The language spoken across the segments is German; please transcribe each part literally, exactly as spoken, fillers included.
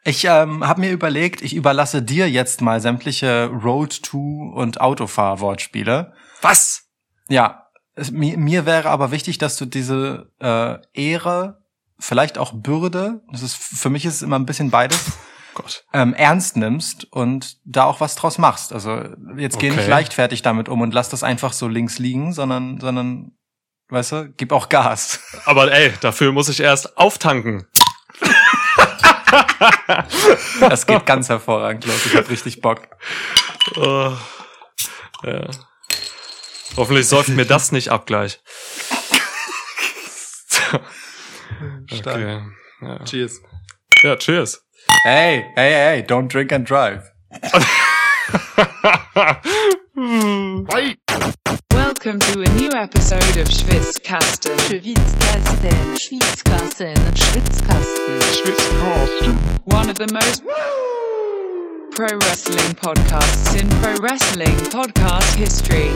Ich ähm, habe mir überlegt, ich überlasse dir jetzt mal sämtliche Road-to- und Autofahr-Wortspiele. Was? Ja, es, mir, mir wäre aber wichtig, dass du diese äh, Ehre, vielleicht auch Bürde, das ist für mich ist es immer ein bisschen beides, Gott. Ähm, ernst nimmst und da auch was draus machst. Also jetzt geh Okay. nicht leichtfertig damit um und lass das einfach so links liegen, sondern, sondern, weißt du, gib auch Gas. Aber ey, dafür muss ich erst auftanken. Das geht ganz hervorragend, Leute. Ich hab richtig Bock. Oh, ja. Hoffentlich säuft mir das nicht ab gleich. Stark. Okay. Ja. Cheers. Ja, cheers. Hey, hey, hey, don't drink and drive. Welcome to a new episode of Schwitzkasten. Schwitzkasten, Schwitzkasten, Schwitzkasten, Schwitzkasten. One of the most pro wrestling podcasts in pro wrestling podcast history.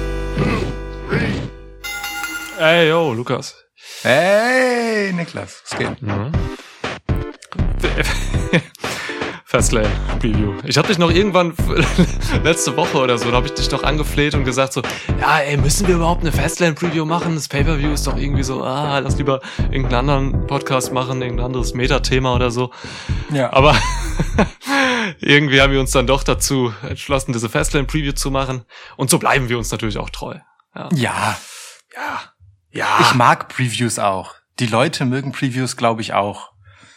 Ey, yo, Lukas. Hey, Niklas, was geht? Mhm. Fastlane Preview. Ich habe dich noch irgendwann letzte Woche oder so, da habe ich dich doch angefleht und gesagt so, ja, ey, müssen wir überhaupt eine Fastlane Preview machen? Das Pay-Per-View ist doch irgendwie so, ah, lass lieber irgendeinen anderen Podcast machen, irgendein anderes Meta-Thema oder so. Ja. Aber irgendwie haben wir uns dann doch dazu entschlossen, diese Fastlane Preview zu machen. Und so bleiben wir uns natürlich auch treu. Ja. Ja. Ja. Ja. Ich mag Previews auch. Die Leute mögen Previews, glaube ich, auch.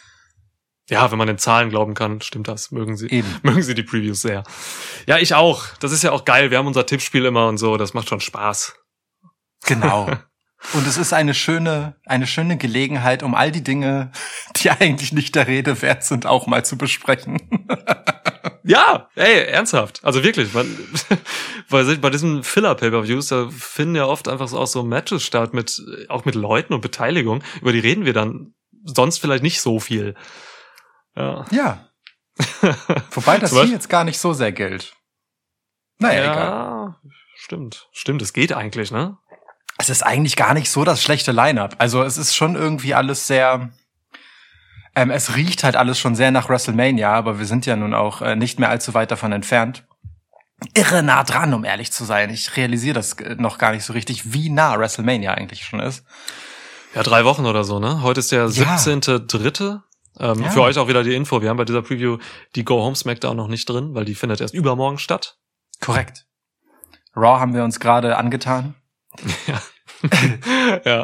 Ja, wenn man den Zahlen glauben kann, stimmt das. Mögen sie, Eben. mögen sie die Previews sehr. Ja, ich auch. Das ist ja auch geil. Wir haben unser Tippspiel immer und so. Das macht schon Spaß. Genau. Und es ist eine schöne, eine schöne Gelegenheit, um all die Dinge, die eigentlich nicht der Rede wert sind, auch mal zu besprechen. Ja, ey, ernsthaft. Also wirklich. Man, bei, bei diesen Filler-Pay-Per-Views, da finden ja oft einfach so auch so Matches statt mit, auch mit Leuten und Beteiligung. Über die reden wir dann sonst vielleicht nicht so viel. Ja. Ja. Wobei das hier jetzt gar nicht so sehr gilt. Naja, ja, egal. Stimmt. Stimmt, es geht eigentlich, ne? Es ist eigentlich gar nicht so das schlechte Line-Up. Also es ist schon irgendwie alles sehr, ähm, es riecht halt alles schon sehr nach WrestleMania, aber wir sind ja nun auch äh, nicht mehr allzu weit davon entfernt. Irre nah dran, um ehrlich zu sein. Ich realisiere das noch gar nicht so richtig, wie nah WrestleMania eigentlich schon ist. Ja, drei Wochen oder so, ne? Heute ist der siebzehnter dritte Ähm, Ja. Für euch auch wieder die Info. Wir haben bei dieser Preview die Go Home Smackdown noch nicht drin, weil die findet erst übermorgen statt. Korrekt. Raw haben wir uns gerade angetan. Ja. Ja.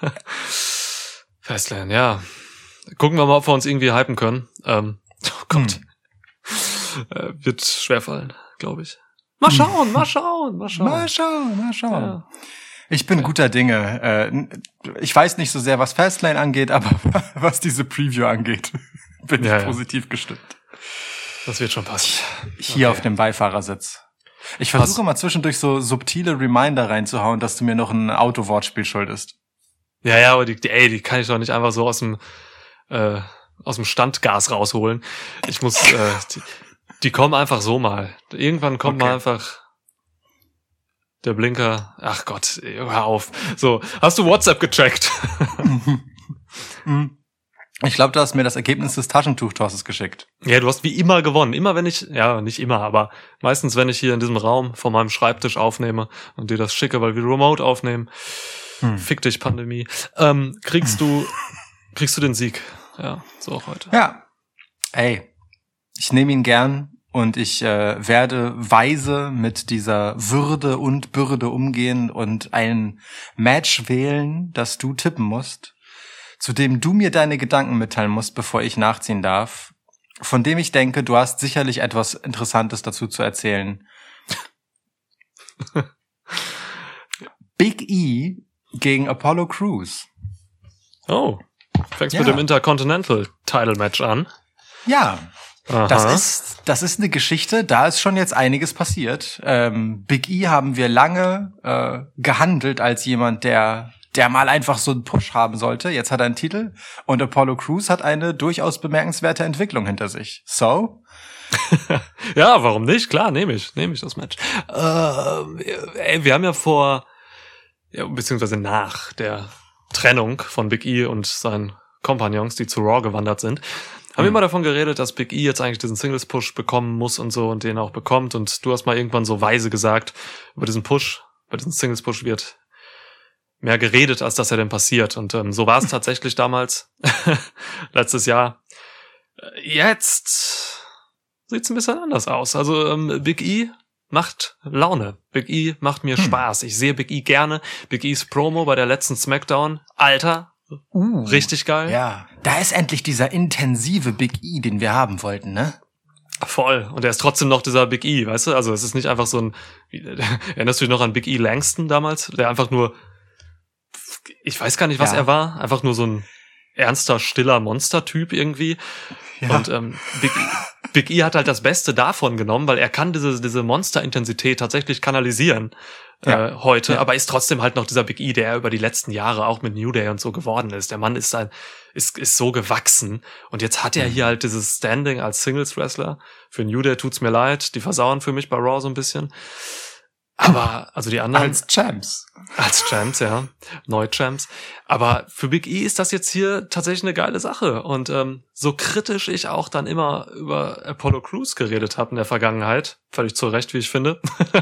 Fastlane, ja. Gucken wir mal, ob wir uns irgendwie hypen können. Ähm, oh Gott. Hm. Äh, wird schwerfallen, glaube ich. Mal schauen, mal schauen, mal schauen. Mal schauen, mal schauen. Ja. Ich bin guter Dinge. Äh, ich weiß nicht so sehr, was Fastlane angeht, aber was diese Preview angeht, bin Ja, ich ja. positiv gestimmt. Das wird schon passen. Hier Okay. auf dem Beifahrersitz. Ich versuche Was? mal zwischendurch so subtile Reminder reinzuhauen, dass du mir noch ein Autowortspiel schuldest. Ja, ja, aber die, die, ey, die kann ich doch nicht einfach so aus dem, äh, aus dem Standgas rausholen. Ich muss, äh, die, die kommen einfach so mal. Irgendwann kommt Okay. mal einfach der Blinker. Ach Gott, hör auf. So, hast du WhatsApp gecheckt? Ich glaube, du hast mir das Ergebnis des Taschentuchtosses geschickt. Ja, du hast wie immer gewonnen. Immer wenn ich, ja, nicht immer, aber meistens, wenn ich hier in diesem Raum vor meinem Schreibtisch aufnehme und dir das schicke, weil wir remote aufnehmen, Hm. fick dich, Pandemie, ähm, kriegst du, kriegst du den Sieg. Ja, so auch heute. Ja. Ey, ich nehme ihn gern und ich äh, werde weise mit dieser Würde und Bürde umgehen und ein Match wählen, das du tippen musst, zu dem du mir deine Gedanken mitteilen musst, bevor ich nachziehen darf, von dem ich denke, du hast sicherlich etwas Interessantes dazu zu erzählen. Big E gegen Apollo Crews. Oh, fängst Ja. mit dem Intercontinental Title Match an. Ja, Aha. das ist das ist eine Geschichte, da ist schon jetzt einiges passiert. Ähm, Big E haben wir lange äh, gehandelt als jemand, der der mal einfach so einen Push haben sollte. Jetzt hat er einen Titel und Apollo Crews hat eine durchaus bemerkenswerte Entwicklung hinter sich. So? Ja, warum nicht? Klar, nehme ich, nehme ich das Match. Äh, ey, wir haben ja vor, ja, beziehungsweise nach der Trennung von Big E und seinen Kompagnons, die zu Raw gewandert sind, Haben immer davon geredet, dass Big E jetzt eigentlich diesen Singles-Push bekommen muss und so und den auch bekommt. Und du hast mal irgendwann so weise gesagt, über diesen Push, über diesen Singles-Push wird mehr geredet, als dass er denn passiert. Und ähm, so war es tatsächlich damals, letztes Jahr. Jetzt sieht's ein bisschen anders aus. Also ähm, Big E macht Laune. Big E macht mir hm. Spaß. Ich sehe Big E gerne. Big E's Promo bei der letzten Smackdown. Alter, uh, richtig geil. Ja, da ist endlich dieser intensive Big E, den wir haben wollten, ne? Voll. Und er ist trotzdem noch dieser Big E, weißt du? Also es ist nicht einfach so ein... Erinnerst du dich noch an Big E Langston damals? Der einfach nur... Ich weiß gar nicht, was ja. er war. Einfach nur so ein ernster, stiller Monster-Typ irgendwie. Ja. Und ähm, Big, Big E hat halt das Beste davon genommen, weil er kann diese diese Monster-Intensität tatsächlich kanalisieren ja. äh, heute, ja. aber ist trotzdem halt noch dieser Big E, der über die letzten Jahre auch mit New Day und so geworden ist. Der Mann ist ein ist ist so gewachsen und jetzt hat er hier halt dieses Standing als Singles-Wrestler. Für New Day tut's mir leid, die versauen für mich bei Raw so ein bisschen. Aber, also die anderen... Als Champs. Als Champs, ja. Neu-Champs. Aber für Big E ist das jetzt hier tatsächlich eine geile Sache. Und ähm, so kritisch ich auch dann immer über Apollo Crews geredet habe in der Vergangenheit, völlig zu Recht, wie ich finde,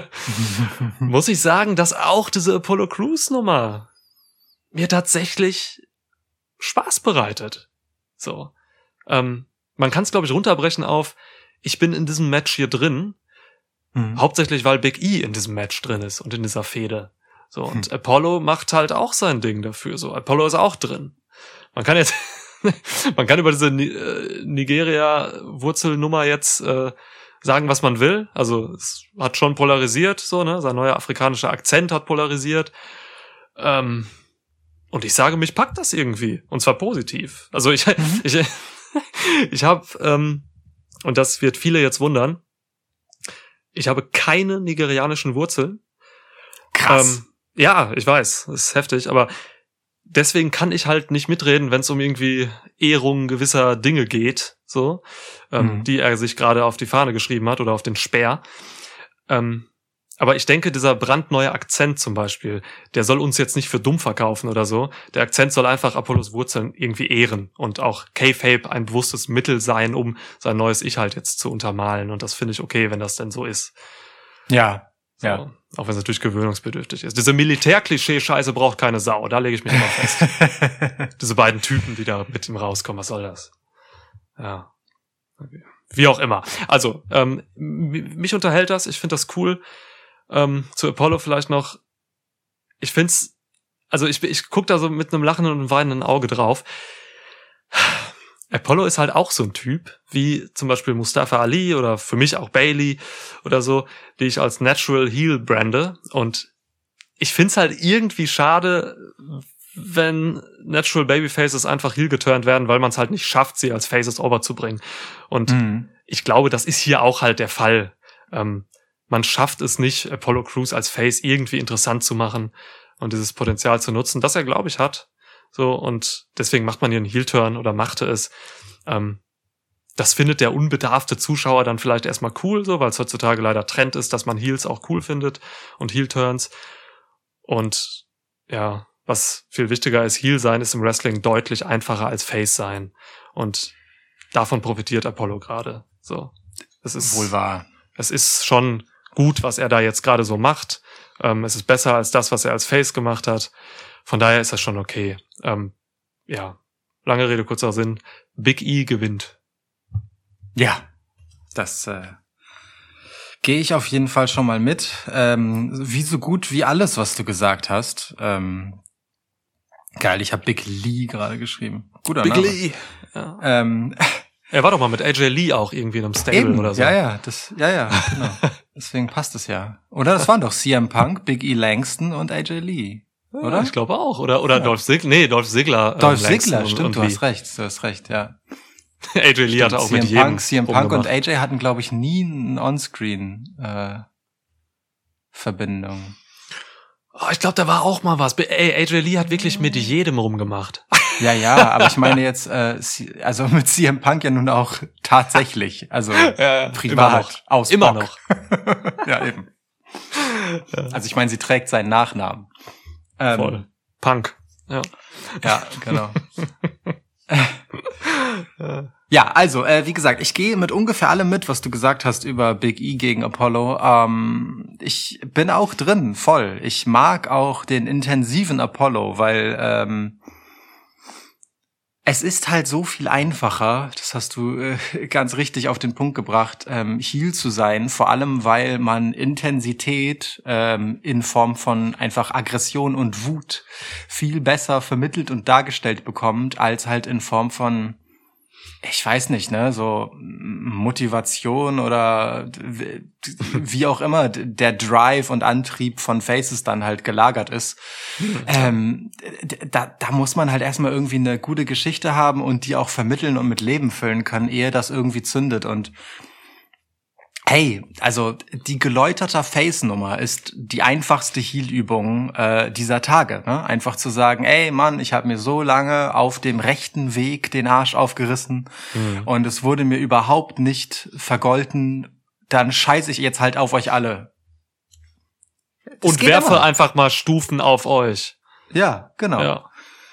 muss ich sagen, dass auch diese Apollo Crews-Nummer mir tatsächlich Spaß bereitet. So. Ähm, man kann es, glaube ich, runterbrechen auf, ich bin in diesem Match hier drin, Mhm. hauptsächlich, weil Big E in diesem Match drin ist und in dieser Fehde. So, und hm. Apollo macht halt auch sein Ding dafür. So, Apollo ist auch drin. Man kann jetzt, man kann über diese äh, Nigeria-Wurzelnummer jetzt äh, sagen, was man will. Also, es hat schon polarisiert, so, ne? Sein neuer afrikanischer Akzent hat polarisiert. Ähm, und ich sage, mich packt das irgendwie. Und zwar positiv. Also, ich, mhm. ich, ich habe, ähm, und das wird viele jetzt wundern, ich habe keine nigerianischen Wurzeln. Krass. Ähm, ja, ich weiß, das ist heftig, aber deswegen kann ich halt nicht mitreden, wenn es um irgendwie Ehrungen gewisser Dinge geht, so, ähm, mhm. die er sich gerade auf die Fahne geschrieben hat oder auf den Speer. Ähm, aber ich denke, dieser brandneue Akzent zum Beispiel, der soll uns jetzt nicht für dumm verkaufen oder so. Der Akzent soll einfach Apollos Wurzeln irgendwie ehren und auch Kayfabe ein bewusstes Mittel sein, um sein neues Ich halt jetzt zu untermalen. Und das finde ich okay, wenn das denn so ist. Ja, so, ja. Auch wenn es natürlich gewöhnungsbedürftig ist. Diese Militär-Klischee-Scheiße braucht keine Sau. Da lege ich mich immer fest. Diese beiden Typen, die da mit ihm rauskommen, was soll das? Ja. Wie auch immer. Also, ähm, mich unterhält das. Ich finde das cool. Ähm, zu Apollo vielleicht noch, ich find's, also ich, ich guck da so mit einem lachenden und weinenden Auge drauf. Apollo ist halt auch so ein Typ, wie zum Beispiel Mustafa Ali oder für mich auch Bayley oder so, die ich als Natural Heel brande. Und ich find's halt irgendwie schade, wenn Natural Babyfaces einfach heel geturnt werden, weil man es halt nicht schafft, sie als Faces overzubringen. Und mhm. ich glaube, das ist hier auch halt der Fall. Ähm, Man schafft es nicht, Apollo Crews als Face irgendwie interessant zu machen und dieses Potenzial zu nutzen, das er, glaube ich, hat. So, und deswegen macht man hier einen Heel-Turn oder machte es. Ähm, das findet der unbedarfte Zuschauer dann vielleicht erstmal cool, so, weil es heutzutage leider Trend ist, dass man Heels auch cool findet und Heel-Turns. Und ja, was viel wichtiger ist, Heel sein ist im Wrestling deutlich einfacher als Face sein. Und davon profitiert Apollo gerade. So, es ist wohl wahr. Es ist schon gut, was er da jetzt gerade so macht. Ähm, es ist besser als das, was er als Face gemacht hat. Von daher ist das schon okay. Ähm, ja, lange Rede, kurzer Sinn. Big E gewinnt. Ja, das äh, gehe ich auf jeden Fall schon mal mit. Ähm, wie so gut wie alles, was du gesagt hast. Ähm, geil, ich habe Big Lee gerade geschrieben. Guter Big Name. Lee. Ja. Ähm, Er war doch mal mit A J Lee auch irgendwie in einem Stable Eben, oder so. Ja, ja, das, ja, ja, genau. Deswegen passt es ja. Oder das waren doch C M Punk, Big E Langston und A J Lee, oder? Ja, ich glaube auch. Oder oder ja. Dolph Ziggler. Nee, Dolph Ziggler. Ähm, Dolph Ziggler, stimmt, und du hast recht, du hast recht, ja. A J Lee hatte auch C M mit jedem Punk, C M Punk und A J hatten, glaube ich, nie eine On-Screen äh, Verbindung. Oh, ich glaube, da war auch mal was. Ey, A J Lee hat wirklich mit jedem rumgemacht. Ja, ja, aber ich meine jetzt, äh, also mit C M Punk ja nun auch tatsächlich, also ja, ja, privat, immer noch. aus Immer Bock. noch. Ja, eben. Also ich meine, sie trägt seinen Nachnamen. Ähm, Voll. Punk. Ja. Ja, genau. Ja, also, äh, wie gesagt, ich gehe mit ungefähr allem mit, was du gesagt hast über Big E gegen Apollo. Ähm, ich bin auch drin, voll. Ich mag auch den intensiven Apollo, weil ähm, es ist halt so viel einfacher, das hast du äh, ganz richtig auf den Punkt gebracht, ähm, Heel zu sein, vor allem weil man Intensität ähm, in Form von einfach Aggression und Wut viel besser vermittelt und dargestellt bekommt, als halt in Form von, ich weiß nicht, ne, so Motivation oder wie auch immer der Drive und Antrieb von Faces dann halt gelagert ist. Mhm. Ähm, da, da muss man halt erstmal irgendwie eine gute Geschichte haben und die auch vermitteln und mit Leben füllen können, ehe das irgendwie zündet. Und hey, also die geläuterter Face-Nummer ist die einfachste Heel-Übung äh, dieser Tage. Ne? Einfach zu sagen, ey Mann, ich habe mir so lange auf dem rechten Weg den Arsch aufgerissen mhm. und es wurde mir überhaupt nicht vergolten, dann scheiße ich jetzt halt auf euch alle. Das und werfe immer. einfach mal Stufen auf euch. Ja, genau. Ja.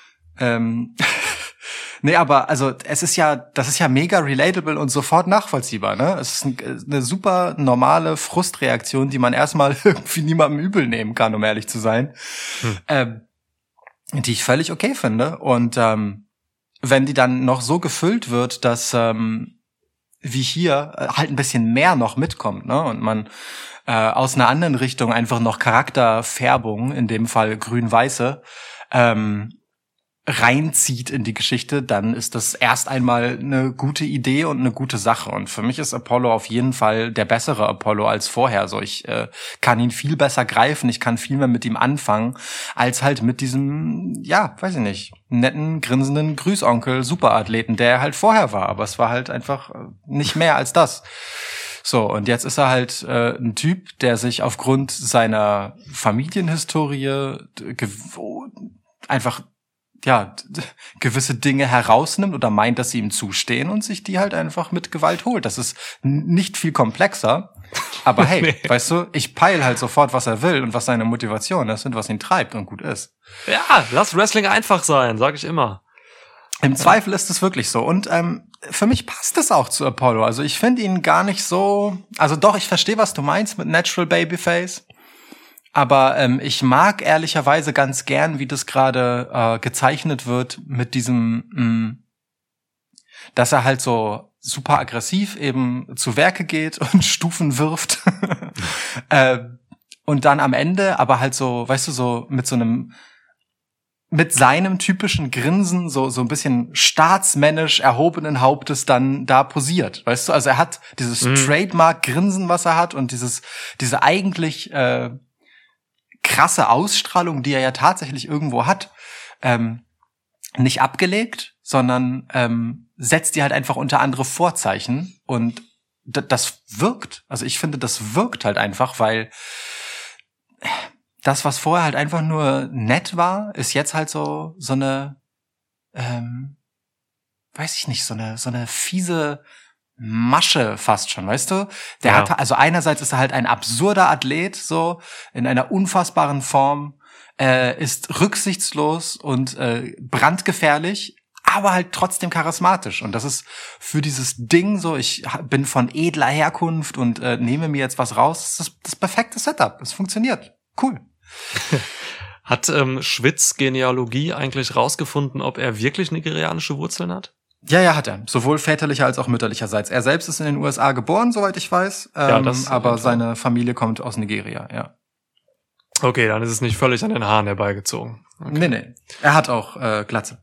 Ähm Nee, aber also es ist ja, das ist ja mega relatable und sofort nachvollziehbar, ne? Es ist ein, eine super normale Frustreaktion, die man erstmal irgendwie niemandem übel nehmen kann, um ehrlich zu sein, hm. ähm, die ich völlig okay finde. Und ähm, wenn die dann noch so gefüllt wird, dass ähm, wie hier halt ein bisschen mehr noch mitkommt, ne? Und man äh, aus einer anderen Richtung einfach noch Charakterfärbung, in dem Fall grün-weiße, ähm, reinzieht in die Geschichte, dann ist das erst einmal eine gute Idee und eine gute Sache. Und für mich ist Apollo auf jeden Fall der bessere Apollo als vorher. So, ich äh, kann ihn viel besser greifen, ich kann viel mehr mit ihm anfangen, als halt mit diesem, ja, weiß ich nicht, netten, grinsenden Grüßonkel Superathleten, der er halt vorher war. Aber es war halt einfach nicht mehr als das. So, und jetzt ist er halt äh, ein Typ, der sich aufgrund seiner Familienhistorie ge- einfach ja, gewisse Dinge herausnimmt oder meint, dass sie ihm zustehen und sich die halt einfach mit Gewalt holt. Das ist n- nicht viel komplexer. Aber hey, nee. Weißt du, ich peil halt sofort, was er will und was seine Motivation ist und was ihn treibt und gut ist. Ja, lass Wrestling einfach sein, sag ich immer. Im ja. Zweifel ist es wirklich so. Und ähm, für mich passt es auch zu Apollo. Also ich finde ihn gar nicht so, also doch, ich verstehe, was du meinst mit Natural Babyface. Aber ähm, ich mag ehrlicherweise ganz gern, wie das gerade äh, gezeichnet wird mit diesem, mh, dass er halt so super aggressiv eben zu Werke geht und Stufen wirft. äh, und dann am Ende aber halt so, weißt du, so mit so einem, mit seinem typischen Grinsen, so so ein bisschen staatsmännisch erhobenen Hauptes dann da posiert. Weißt du, also er hat dieses mhm. Trademark-Grinsen, was er hat und dieses diese eigentlich äh, krasse Ausstrahlung, die er ja tatsächlich irgendwo hat, ähm, nicht abgelegt, sondern ähm, setzt die halt einfach unter andere Vorzeichen und d- das wirkt. Also ich finde, das wirkt halt einfach, weil das, was vorher halt einfach nur nett war, ist jetzt halt so so eine, ähm, weiß ich nicht, so eine so eine fiese Masche fast schon, weißt du? Der ja. hat, also einerseits ist er halt ein absurder Athlet, so, in einer unfassbaren Form, äh, ist rücksichtslos und äh, brandgefährlich, aber halt trotzdem charismatisch. Und das ist für dieses Ding so, ich bin von edler Herkunft und äh, nehme mir jetzt was raus, das ist das perfekte Setup. Es funktioniert. Cool. Hat ähm, Schwitz Genealogie eigentlich rausgefunden, ob er wirklich nigerianische Wurzeln hat? Ja, ja, hat er. Sowohl väterlicher als auch mütterlicherseits. Er selbst ist in den U S A geboren, soweit ich weiß. Ähm, ja, das aber seine Familie kommt aus Nigeria, ja. Okay, dann ist es nicht völlig an den Haaren herbeigezogen. Okay. Nee, nee. Er hat auch äh, Glatze.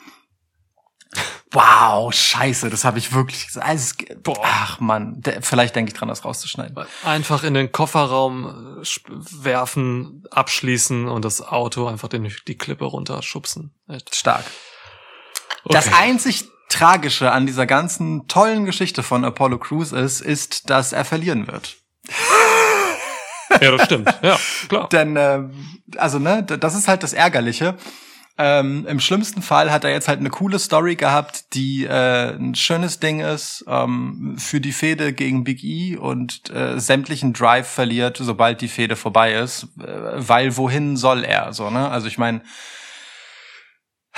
Wow, scheiße, das habe ich wirklich gesagt. Also, boah, ach Mann, der, vielleicht denke ich dran, das rauszuschneiden. Einfach in den Kofferraum werfen, abschließen und das Auto einfach den, die Klippe runterschubsen. Echt. Stark. Okay. Das einzig Tragische an dieser ganzen tollen Geschichte von Apollo Crews ist, ist, dass er verlieren wird. Ja, das stimmt. Ja, klar. Denn, äh, also, ne, das ist halt das Ärgerliche. Ähm, im schlimmsten Fall hat er jetzt halt eine coole Story gehabt, die äh, ein schönes Ding ist ähm, für die Fehde gegen Big E und äh, sämtlichen Drive verliert, sobald die Fehde vorbei ist. Äh, weil wohin soll er? So, ne? Also ich meine,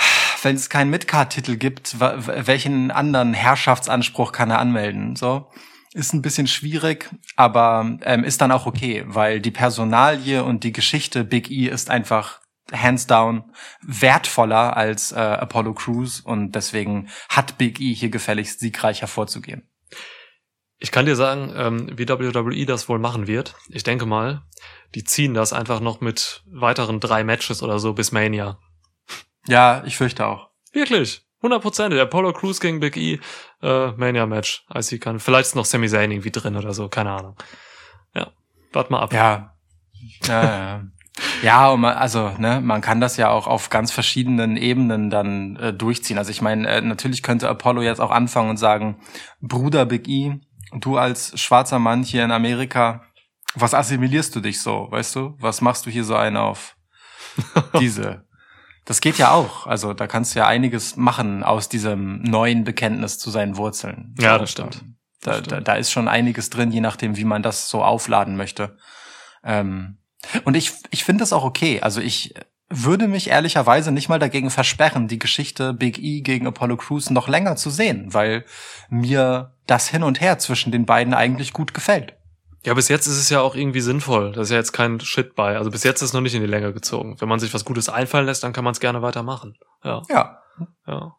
wenn es keinen Midcard-Titel gibt, wa- welchen anderen Herrschaftsanspruch kann er anmelden? So ist ein bisschen schwierig, aber ähm, ist dann auch okay, weil die Personalie und die Geschichte Big E ist einfach hands down wertvoller als äh, Apollo Crews und deswegen hat Big E hier gefälligst siegreich hervorzugehen. Ich kann dir sagen, ähm, wie W W E das wohl machen wird. Ich denke mal, die ziehen das einfach noch mit weiteren drei Matches oder so bis Mania. Ja, ich fürchte auch. Wirklich. hundert Prozent. Der Apollo Crews gegen Big E äh, Mania-Match. I see kann. Vielleicht ist noch Sami Zayn irgendwie drin oder so. Keine Ahnung. Ja, wart mal ab. Ja. Ja, ja. Ja, und man, also ne, man kann das ja auch auf ganz verschiedenen Ebenen dann äh, durchziehen. Also ich meine, äh, natürlich könnte Apollo jetzt auch anfangen und sagen, Bruder Big E, du als schwarzer Mann hier in Amerika, was assimilierst du dich so, weißt du? Was machst du hier so einen auf diese? Das geht ja auch. Also da kannst du ja einiges machen aus diesem neuen Bekenntnis zu seinen Wurzeln. Ja, So, das stimmt. Da, Das stimmt. da, da ist schon einiges drin, je nachdem, wie man das so aufladen möchte. Ähm, und ich, ich finde das auch okay. Also ich würde mich ehrlicherweise nicht mal dagegen versperren, die Geschichte Big E gegen Apollo Crews noch länger zu sehen, weil mir das Hin und Her zwischen den beiden eigentlich gut gefällt. Ja, bis jetzt ist es ja auch irgendwie sinnvoll. Da ist ja jetzt kein Shit bei. Also bis jetzt ist es noch nicht in die Länge gezogen. Wenn man sich was Gutes einfallen lässt, dann kann man es gerne weitermachen. Ja, Ja. ja.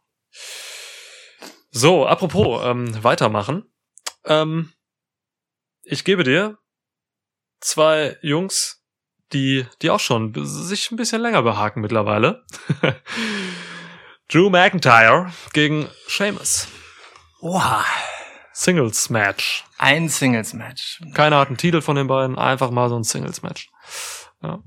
So, apropos ähm, weitermachen. Ähm, ich gebe dir zwei Jungs, die die auch schon b- sich ein bisschen länger behaken mittlerweile. Drew McIntyre gegen Sheamus. Oha. Singles Match. Ein Singles-Match. Keiner hat einen Titel von den beiden, einfach mal so ein Singles Match. Ja.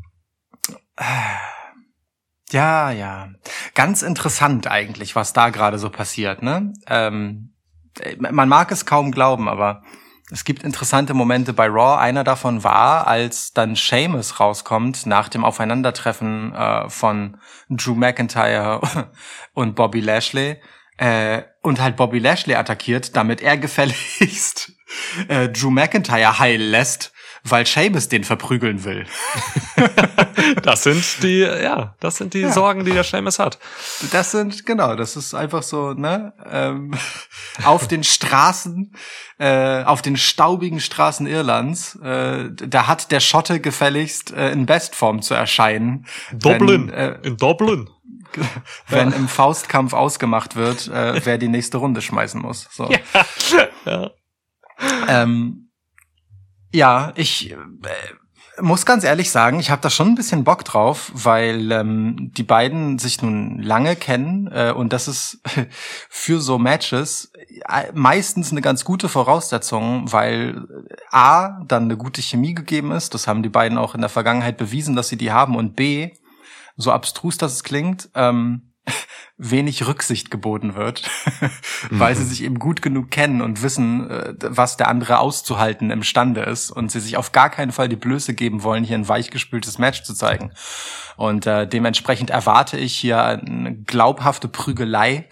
Ja, ja. Ganz interessant eigentlich, was da gerade so passiert, ne? Ähm, man mag es kaum glauben, aber es gibt interessante Momente bei Raw. Einer davon war, als dann Sheamus rauskommt nach dem Aufeinandertreffen äh, von Drew McIntyre und Bobby Lashley äh, und halt Bobby Lashley attackiert, damit er gefälligst äh, Drew McIntyre heil lässt, weil Sheamus den verprügeln will. Das sind die, ja, das sind die Ja. Sorgen, die der Sheamus hat. Das sind, genau, das ist einfach so, ne, ähm, auf den Straßen, äh, auf den staubigen Straßen Irlands, äh, da hat der Schotte gefälligst äh, in Bestform zu erscheinen. Dublin, Wenn, äh, in Dublin. wenn im Faustkampf ausgemacht wird, äh, wer die nächste Runde schmeißen muss. So. Ja. Ähm, ja, ich äh, muss ganz ehrlich sagen, ich habe da schon ein bisschen Bock drauf, weil ähm, die beiden sich nun lange kennen äh, und das ist für so Matches äh, meistens eine ganz gute Voraussetzung, weil äh, A, dann eine gute Chemie gegeben ist, das haben die beiden auch in der Vergangenheit bewiesen, dass sie die haben, und B, so abstrus das es klingt, ähm, wenig Rücksicht geboten wird, weil sie sich eben gut genug kennen und wissen, äh, was der andere auszuhalten imstande ist und sie sich auf gar keinen Fall die Blöße geben wollen, hier ein weichgespültes Match zu zeigen. Und äh, dementsprechend erwarte ich hier eine glaubhafte Prügelei,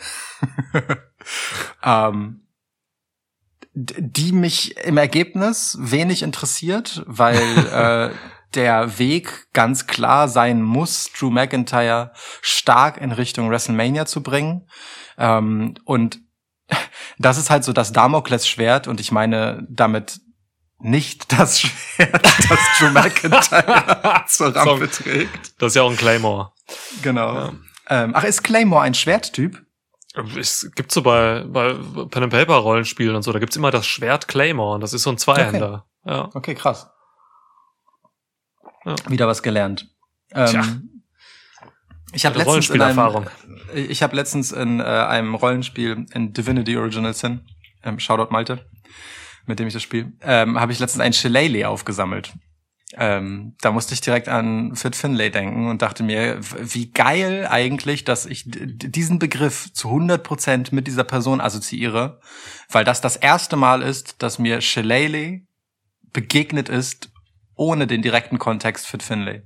ähm, d- die mich im Ergebnis wenig interessiert, weil äh, der Weg ganz klar sein muss, Drew McIntyre stark in Richtung WrestleMania zu bringen. Ähm, und das ist halt so das Damoklesschwert, und ich meine damit nicht das Schwert, das Drew McIntyre zur Rampe trägt. Das ist ja auch ein Claymore. Genau. Ja. Ähm, ach, ist Claymore ein Schwerttyp? Es gibt so bei, bei Pen and Paper Rollenspielen und so, da gibt's immer das Schwert Claymore, und das ist so ein Zweihänder. Ja. Okay, krass. Ja. Wieder was gelernt. Ähm, Tja. Ich habe Eine letztens in einem, Rollenspielerfahrung. ich habe letztens in äh, einem Rollenspiel in Divinity Original Sin, ähm, Shoutout Malte, mit dem ich das spiele, ähm, habe ich letztens ein Shillelagh aufgesammelt. Ähm, da musste ich direkt an Fit Finlay denken und dachte mir, w- wie geil eigentlich, dass ich d- d- diesen Begriff zu hundert Prozent mit dieser Person assoziiere, weil das das erste Mal ist, dass mir Shillelagh begegnet ist, ohne den direkten Kontext Fit Finlay.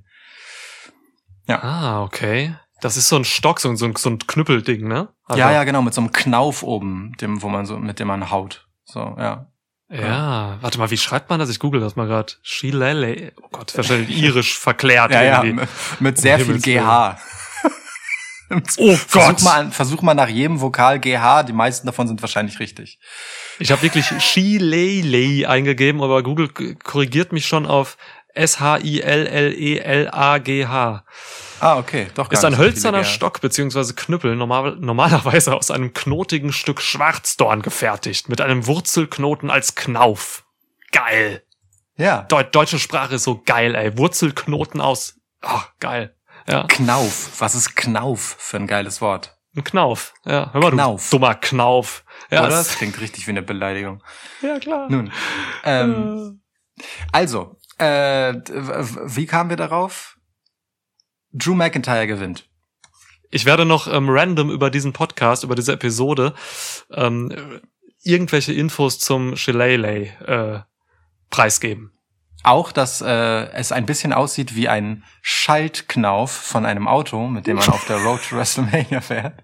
Ah, okay. Das ist so ein Stock, so ein, so ein, so ein Knüppelding, ne? Also, Ja, ja, genau, mit so einem Knauf oben, dem, wo man so, mit dem man haut. So, ja. Ja, warte mal, wie schreibt man das? Ich google das mal gerade. Shillelagh. Oh Gott, wahrscheinlich irisch verklärt Ja, ja, irgendwie. mit, mit sehr Um viel Himmels G H. Oh Versuch Gott! mal, an, versuch mal nach jedem Vokal G H, die meisten davon sind wahrscheinlich richtig. Ich habe wirklich Shilelei eingegeben, aber Google k- korrigiert mich schon auf S H I L L E L A G H. Ah, okay, doch gar Ist ein nicht so viele hölzerner G H. Stock bzw. Knüppel, normal, normalerweise aus einem knotigen Stück Schwarzdorn gefertigt, mit einem Wurzelknoten als Knauf. Geil. Ja, Deu- deutsche Sprache ist so geil, ey. Wurzelknoten aus. Oh, geil. Ja. Knauf. Was ist Knauf für ein geiles Wort? Ein Knauf. Ja, hör mal, Knauf. du dummer Knauf. Ja, Oder? es- Das klingt richtig wie eine Beleidigung. ja klar. Nun, ähm, also, äh, w- w- wie kamen wir darauf? Drew McIntyre gewinnt. Ich werde noch ähm, random über diesen Podcast, über diese Episode, ähm, irgendwelche Infos zum Shillelagh äh, preisgeben. Auch, dass äh, es ein bisschen aussieht wie ein Schaltknauf von einem Auto, mit dem man auf der Road to WrestleMania fährt.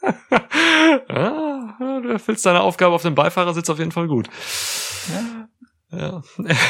Ah, du erfüllst deine Aufgabe auf dem Beifahrersitz auf jeden Fall gut. Ja.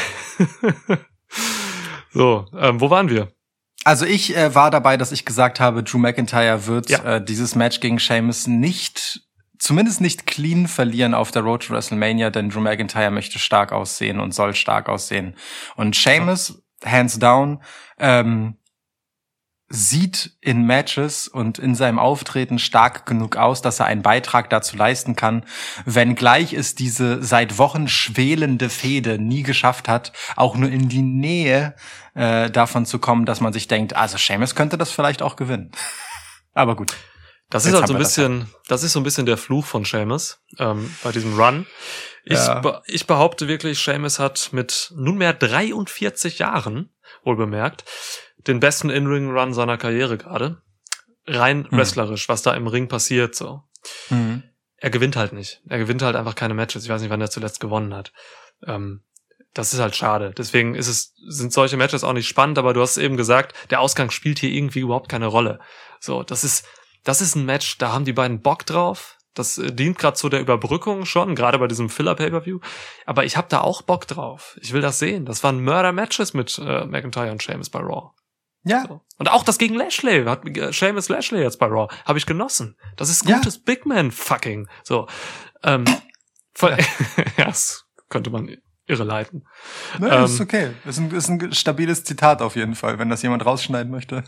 So, ähm, wo waren wir? Also ich äh, war dabei, dass ich gesagt habe, Drew McIntyre wird Ja. äh, dieses Match gegen Sheamus nicht, zumindest nicht clean verlieren auf der Road to WrestleMania, denn Drew McIntyre möchte stark aussehen und soll stark aussehen. Und Sheamus, hands down, ähm, sieht in Matches und in seinem Auftreten stark genug aus, dass er einen Beitrag dazu leisten kann, wenngleich es diese seit Wochen schwelende Fehde nie geschafft hat, auch nur in die Nähe äh, davon zu kommen, dass man sich denkt, also Sheamus könnte das vielleicht auch gewinnen. Aber gut. Das Jetzt ist halt haben so ein wir das bisschen, das ist so ein bisschen der Fluch von Sheamus ähm, bei diesem Run. Ich, Ja. be- ich behaupte wirklich, Sheamus hat mit nunmehr dreiundvierzig Jahren, wohlbemerkt, den besten In-Ring-Run seiner Karriere gerade. Rein Hm. wrestlerisch, was da im Ring passiert, so. Mhm. Er gewinnt halt nicht. Er gewinnt halt einfach keine Matches. Ich weiß nicht, wann er zuletzt gewonnen hat. Ähm, das ist halt schade. Deswegen ist es, sind solche Matches auch nicht spannend, aber du hast eben gesagt, der Ausgang spielt hier irgendwie überhaupt keine Rolle. So, das ist, das ist ein Match, da haben die beiden Bock drauf. Das äh, dient gerade zu der Überbrückung schon, gerade bei diesem Filler-Pay-Per-View. Aber ich habe da auch Bock drauf. Ich will das sehen. Das waren Murder-Matches mit äh, McIntyre und Sheamus bei Raw. Ja. So. Und auch das gegen Lashley, hat äh, Sheamus Lashley jetzt bei Raw, habe ich genossen. Das ist Ja. gutes Big Man Fucking. So, ähm, voll, ja, das könnte man irre leiten. Ne, Ähm, ist okay. Ist ein, ist ein stabiles Zitat auf jeden Fall, wenn das jemand rausschneiden möchte.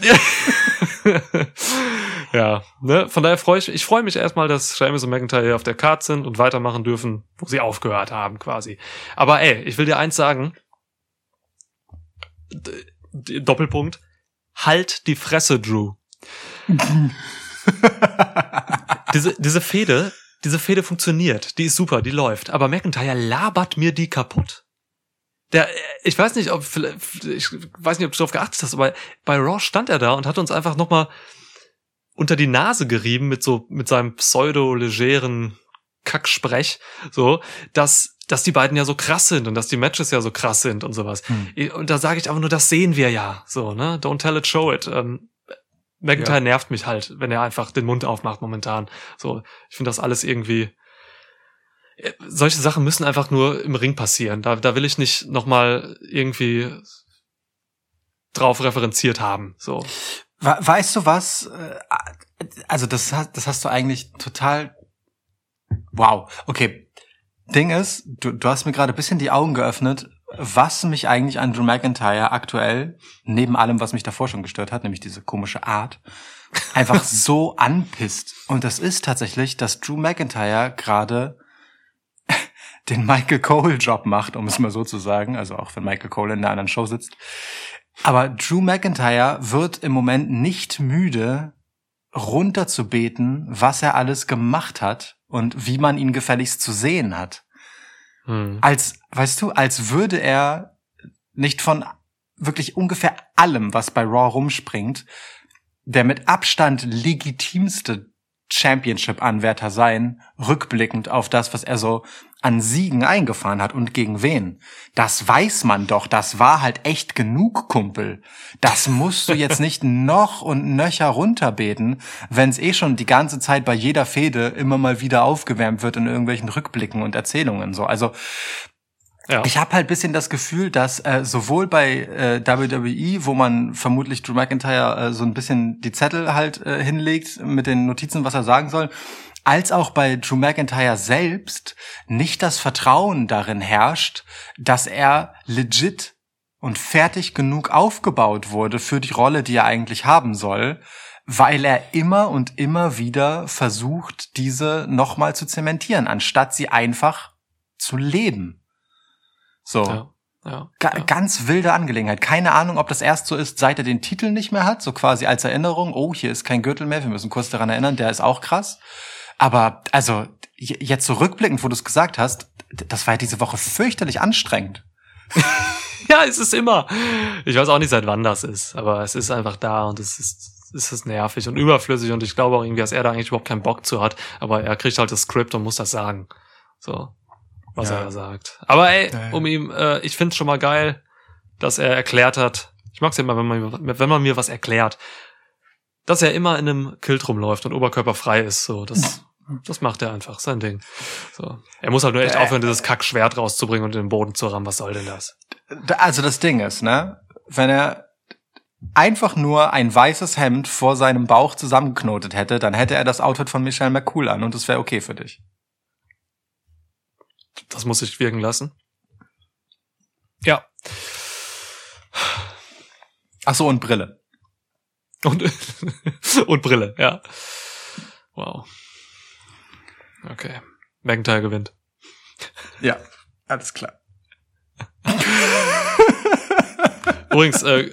Ja, ne, von daher freue ich ich freue mich erstmal, dass Sheamus und McIntyre auf der Card sind und weitermachen dürfen, wo sie aufgehört haben quasi. Aber ey, ich will dir eins sagen. D- D- Doppelpunkt. Halt die Fresse, Drew. diese, diese Fehde, diese Fehde funktioniert. Die ist super, die läuft. Aber McIntyre labert mir die kaputt. Der, ich weiß nicht, ob, ich weiß nicht, ob du darauf geachtet hast, aber bei Raw stand er da und hat uns einfach nochmal unter die Nase gerieben mit so, mit seinem pseudo-legeren Kacksprech, so, dass, dass die beiden ja so krass sind und dass die Matches ja so krass sind und sowas. Hm. Und da sage ich einfach nur, das sehen wir ja, so, ne? Don't tell it, show it. Ähm, McIntyre Ja. nervt mich halt, wenn er einfach den Mund aufmacht momentan. So, ich finde das alles irgendwie, äh, solche Sachen müssen einfach nur im Ring passieren. Da, da will ich nicht nochmal irgendwie drauf referenziert haben, so. We- Weißt du was? Äh, Also das, hast- das hast du eigentlich total. Wow. Okay. Ding ist, du, du hast mir gerade ein bisschen die Augen geöffnet, was mich eigentlich an Drew McIntyre aktuell, neben allem, was mich davor schon gestört hat, nämlich diese komische Art, einfach so anpisst. Und das ist tatsächlich, dass Drew McIntyre gerade den Michael Cole-Job macht, um es mal so zu sagen. Also auch wenn Michael Cole in einer anderen Show sitzt. Aber Drew McIntyre wird im Moment nicht müde, runterzubeten, was er alles gemacht hat und wie man ihn gefälligst zu sehen hat. Hm. Als, weißt du, als würde er nicht von wirklich ungefähr allem, was bei Raw rumspringt, der mit Abstand legitimste Championship-Anwärter sein, rückblickend auf das, was er so an Siegen eingefahren hat und gegen wen. Das weiß man doch, das war halt echt genug, Kumpel. Das musst du jetzt nicht noch und nöcher runterbeten, wenn es eh schon die ganze Zeit bei jeder Fehde immer mal wieder aufgewärmt wird in irgendwelchen Rückblicken und Erzählungen. So, also Ja. Ich habe halt bisschen das Gefühl, dass äh, sowohl bei äh, W W E, wo man vermutlich Drew McIntyre äh, so ein bisschen die Zettel halt äh, hinlegt mit den Notizen, was er sagen soll, als auch bei Drew McIntyre selbst nicht das Vertrauen darin herrscht, dass er legit und fertig genug aufgebaut wurde für die Rolle, die er eigentlich haben soll, weil er immer und immer wieder versucht, diese nochmal zu zementieren, anstatt sie einfach zu leben. So. Ja, ja, Ga- ja. Ganz wilde Angelegenheit. Keine Ahnung, ob das erst so ist, seit er den Titel nicht mehr hat, so quasi als Erinnerung, oh, hier ist kein Gürtel mehr, wir müssen kurz daran erinnern, der ist auch krass. Aber, also, j- jetzt so rückblickend, wo du es gesagt hast, d- das war ja diese Woche fürchterlich anstrengend. Ja, es ist immer. Ich weiß auch nicht, seit wann das ist, aber es ist einfach da und es ist, es ist nervig und überflüssig und ich glaube auch irgendwie, dass er da eigentlich überhaupt keinen Bock zu hat, aber er kriegt halt das Skript und muss das sagen. So, was Ja. er da sagt. Aber ey, Ja, ja. um ihm, äh, ich find's schon mal geil, dass er erklärt hat, ich mag's ja immer, wenn man, wenn man mir was erklärt, dass er immer in einem Kilt rumläuft und oberkörperfrei ist, so, das, das macht er einfach, sein Ding. So. Er muss halt nur echt Äh. aufhören, dieses Kackschwert rauszubringen und in den Boden zu rammen, was soll denn das? Da- Also das Ding ist, ne, wenn er einfach nur ein weißes Hemd vor seinem Bauch zusammengeknotet hätte, dann hätte er das Outfit von Michelle McCool an und es wäre okay für dich. Das muss ich wirken lassen. Ja. Ach so, und Brille. Und, und Brille, ja. Wow. Okay. McIntyre gewinnt. Ja, alles klar. Übrigens, äh,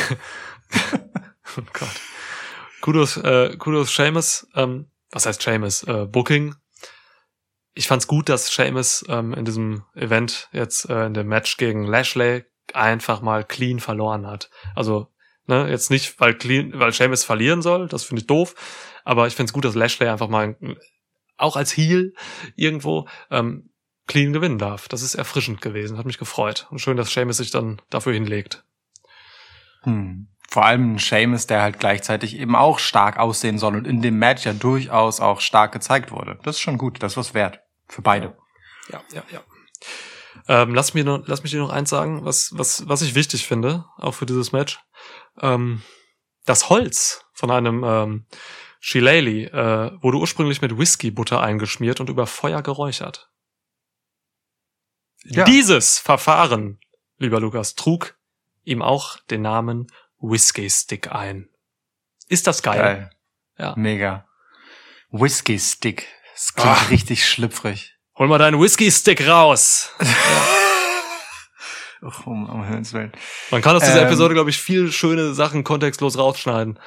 oh Gott. Kudos, äh, Kudos Sheamus, ähm, was heißt Sheamus? Äh, Booking. Ich fand's gut, dass Sheamus ähm, in diesem Event jetzt äh, in dem Match gegen Lashley einfach mal clean verloren hat. Also, ne, jetzt nicht, weil clean, weil Sheamus verlieren soll, das finde ich doof, aber ich find's gut, dass Lashley einfach mal auch als Heel irgendwo ähm, clean gewinnen darf. Das ist erfrischend gewesen, hat mich gefreut. Und schön, dass Sheamus sich dann dafür hinlegt. Hm. Vor allem ein Sheamus, der halt gleichzeitig eben auch stark aussehen soll und in dem Match ja durchaus auch stark gezeigt wurde. Das ist schon gut, das ist was wert. Für beide. Ja, ja, ja. Ähm, lass, mir noch, lass mich dir noch eins sagen, was, was, was ich wichtig finde, auch für dieses Match. Ähm, das Holz von einem ähm, Shillelagh äh, wurde ursprünglich mit Whisky-Butter eingeschmiert und über Feuer geräuchert. Ja. Dieses Verfahren, lieber Lukas, trug ihm auch den Namen Whiskey Stick ein. Ist das geil? Geil. Ja. Mega. Whiskey Stick. Das klingt Ah. richtig schlüpfrig. Hol mal deinen Whiskey Stick raus. Ach, um, um Himmels Willen. Man kann aus dieser Ähm. Episode, glaube ich, viel schöne Sachen kontextlos rausschneiden.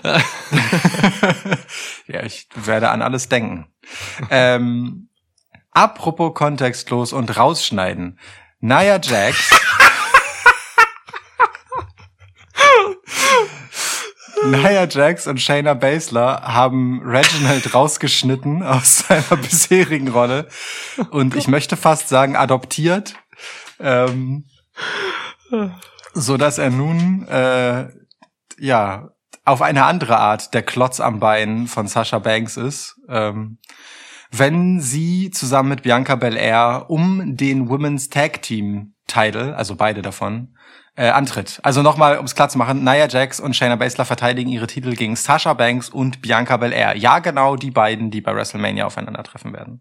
Ja, ich werde an alles denken. ähm, apropos kontextlos und rausschneiden. Nia Jax. Nia Jax und Shayna Baszler haben Reginald rausgeschnitten aus seiner bisherigen Rolle und ich möchte fast sagen adoptiert, ähm, so dass er nun äh, ja auf eine andere Art der Klotz am Bein von Sasha Banks ist, ähm, wenn sie zusammen mit Bianca Belair um den Women's Tag Team Title, also beide davon, äh, antritt. Also nochmal, um es klar zu machen, Nia Jax und Shayna Baszler verteidigen ihre Titel gegen Sasha Banks und Bianca Belair. Ja, genau die beiden, die bei WrestleMania aufeinandertreffen werden.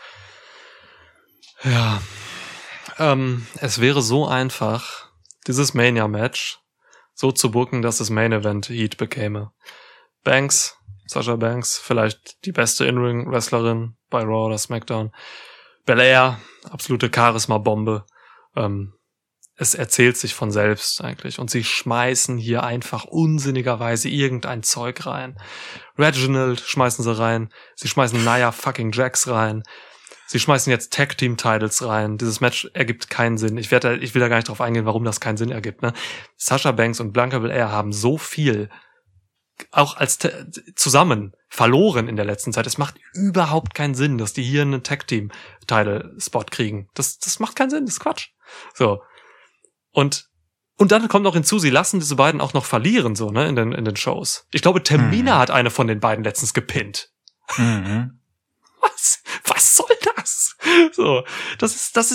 Ja. Ähm, es wäre so einfach, dieses Mania-Match so zu booken, dass es Main-Event Heat bekäme. Banks, Sasha Banks, vielleicht die beste In-Ring-Wrestlerin bei Raw oder SmackDown. Belair, absolute Charisma-Bombe. Ähm, es erzählt sich von selbst eigentlich. Und sie schmeißen hier einfach unsinnigerweise irgendein Zeug rein. Reginald schmeißen sie rein. Sie schmeißen Nia fucking Jax rein. Sie schmeißen jetzt Tag-Team-Titles rein. Dieses Match ergibt keinen Sinn. Ich werde, ich will da gar nicht drauf eingehen, warum das keinen Sinn ergibt. Ne? Sasha Banks und Bianca Belair haben so viel auch als te- zusammen verloren in der letzten Zeit. Es macht überhaupt keinen Sinn, dass die hier einen Tag-Team-Title-Spot kriegen. Das, das macht keinen Sinn. Das ist Quatsch. So. Und und dann kommt noch hinzu, sie lassen diese beiden auch noch verlieren, so, ne, in den, in den Shows. Ich glaube, Tamina Mhm. hat eine von den beiden letztens gepinnt. Mhm. Was? Was soll das? So, das ist, das ist,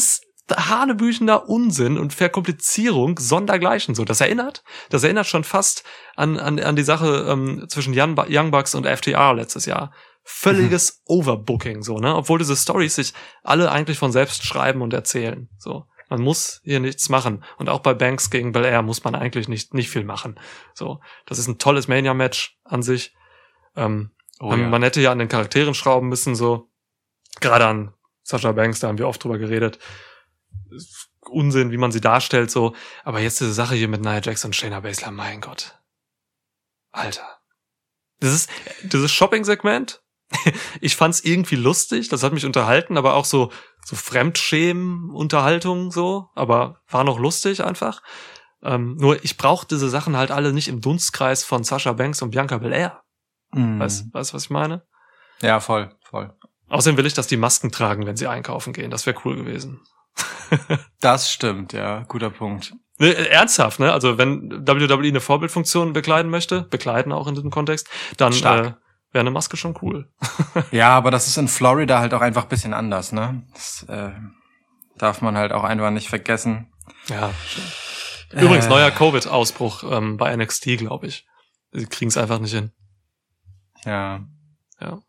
hanebüchender Unsinn und Verkomplizierung sondergleichen. So, das erinnert, das erinnert schon fast an an an die Sache ähm, zwischen Young, Young Bucks und F T R letztes Jahr. Völliges Overbooking, so, ne? Obwohl diese Storys sich alle eigentlich von selbst schreiben und erzählen. So, man muss hier nichts machen. Und auch bei Banks gegen Belair muss man eigentlich nicht nicht viel machen. So, das ist ein tolles Mania-Match an sich. Ähm, Oh, man, ja. man hätte ja an den Charakteren schrauben müssen, so. Gerade an Sasha Banks, da haben wir oft drüber geredet. Unsinn, wie man sie darstellt, so. Aber jetzt diese Sache hier mit Nia Jax und Shayna Baszler, mein Gott. Alter. Das ist, dieses Shopping-Segment, ich fand's irgendwie lustig, das hat mich unterhalten, aber auch so, so Fremdschämen-Unterhaltung, so. Aber war noch lustig einfach. Ähm, nur ich brauche diese Sachen halt alle nicht im Dunstkreis von Sasha Banks und Bianca Belair. Mm. Weißt, weißt du, was ich meine? Ja, voll, voll. Außerdem will ich, dass die Masken tragen, wenn sie einkaufen gehen. Das wäre cool gewesen. Das stimmt, ja, guter Punkt. Ne, ernsthaft, ne? Also wenn W W E eine Vorbildfunktion bekleiden möchte, bekleiden auch in diesem Kontext, dann äh, wäre eine Maske schon cool. Ja, aber das ist in Florida halt auch einfach ein bisschen anders, ne? Das äh, darf man halt auch einfach nicht vergessen. Ja, stimmt. Übrigens, Äh. neuer Covid-Ausbruch ähm, bei N X T, glaube ich. Sie kriegen es einfach nicht hin. Ja. Ja.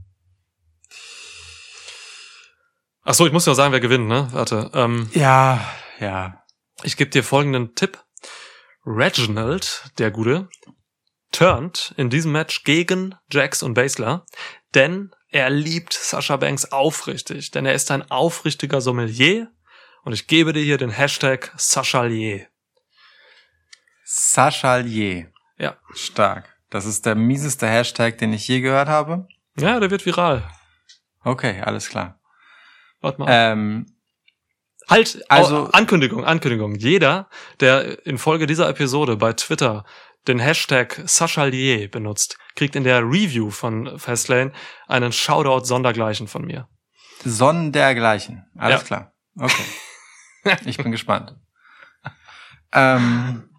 Ach so, ich muss ja sagen, wer gewinnt, ne? Warte. Ähm, Ja, ja. ich gebe dir folgenden Tipp. Reginald, der Gute, turnt in diesem Match gegen Jax und Baszler, denn er liebt Sasha Banks aufrichtig, denn er ist ein aufrichtiger Sommelier und ich gebe dir hier den Hashtag Sashalier. Sashalier. Ja. Stark. Das ist der mieseste Hashtag, den ich je gehört habe. Ja, der wird viral. Okay, alles klar. Warte mal. Ähm, Halt, also- also Ankündigung, Ankündigung. Jeder, der in Folge dieser Episode bei Twitter den Hashtag Sashalier benutzt, kriegt in der Review von Fastlane einen Shoutout sondergleichen von mir. Sondergleichen. Alles Ja. klar. Okay. Ich bin gespannt. Ähm,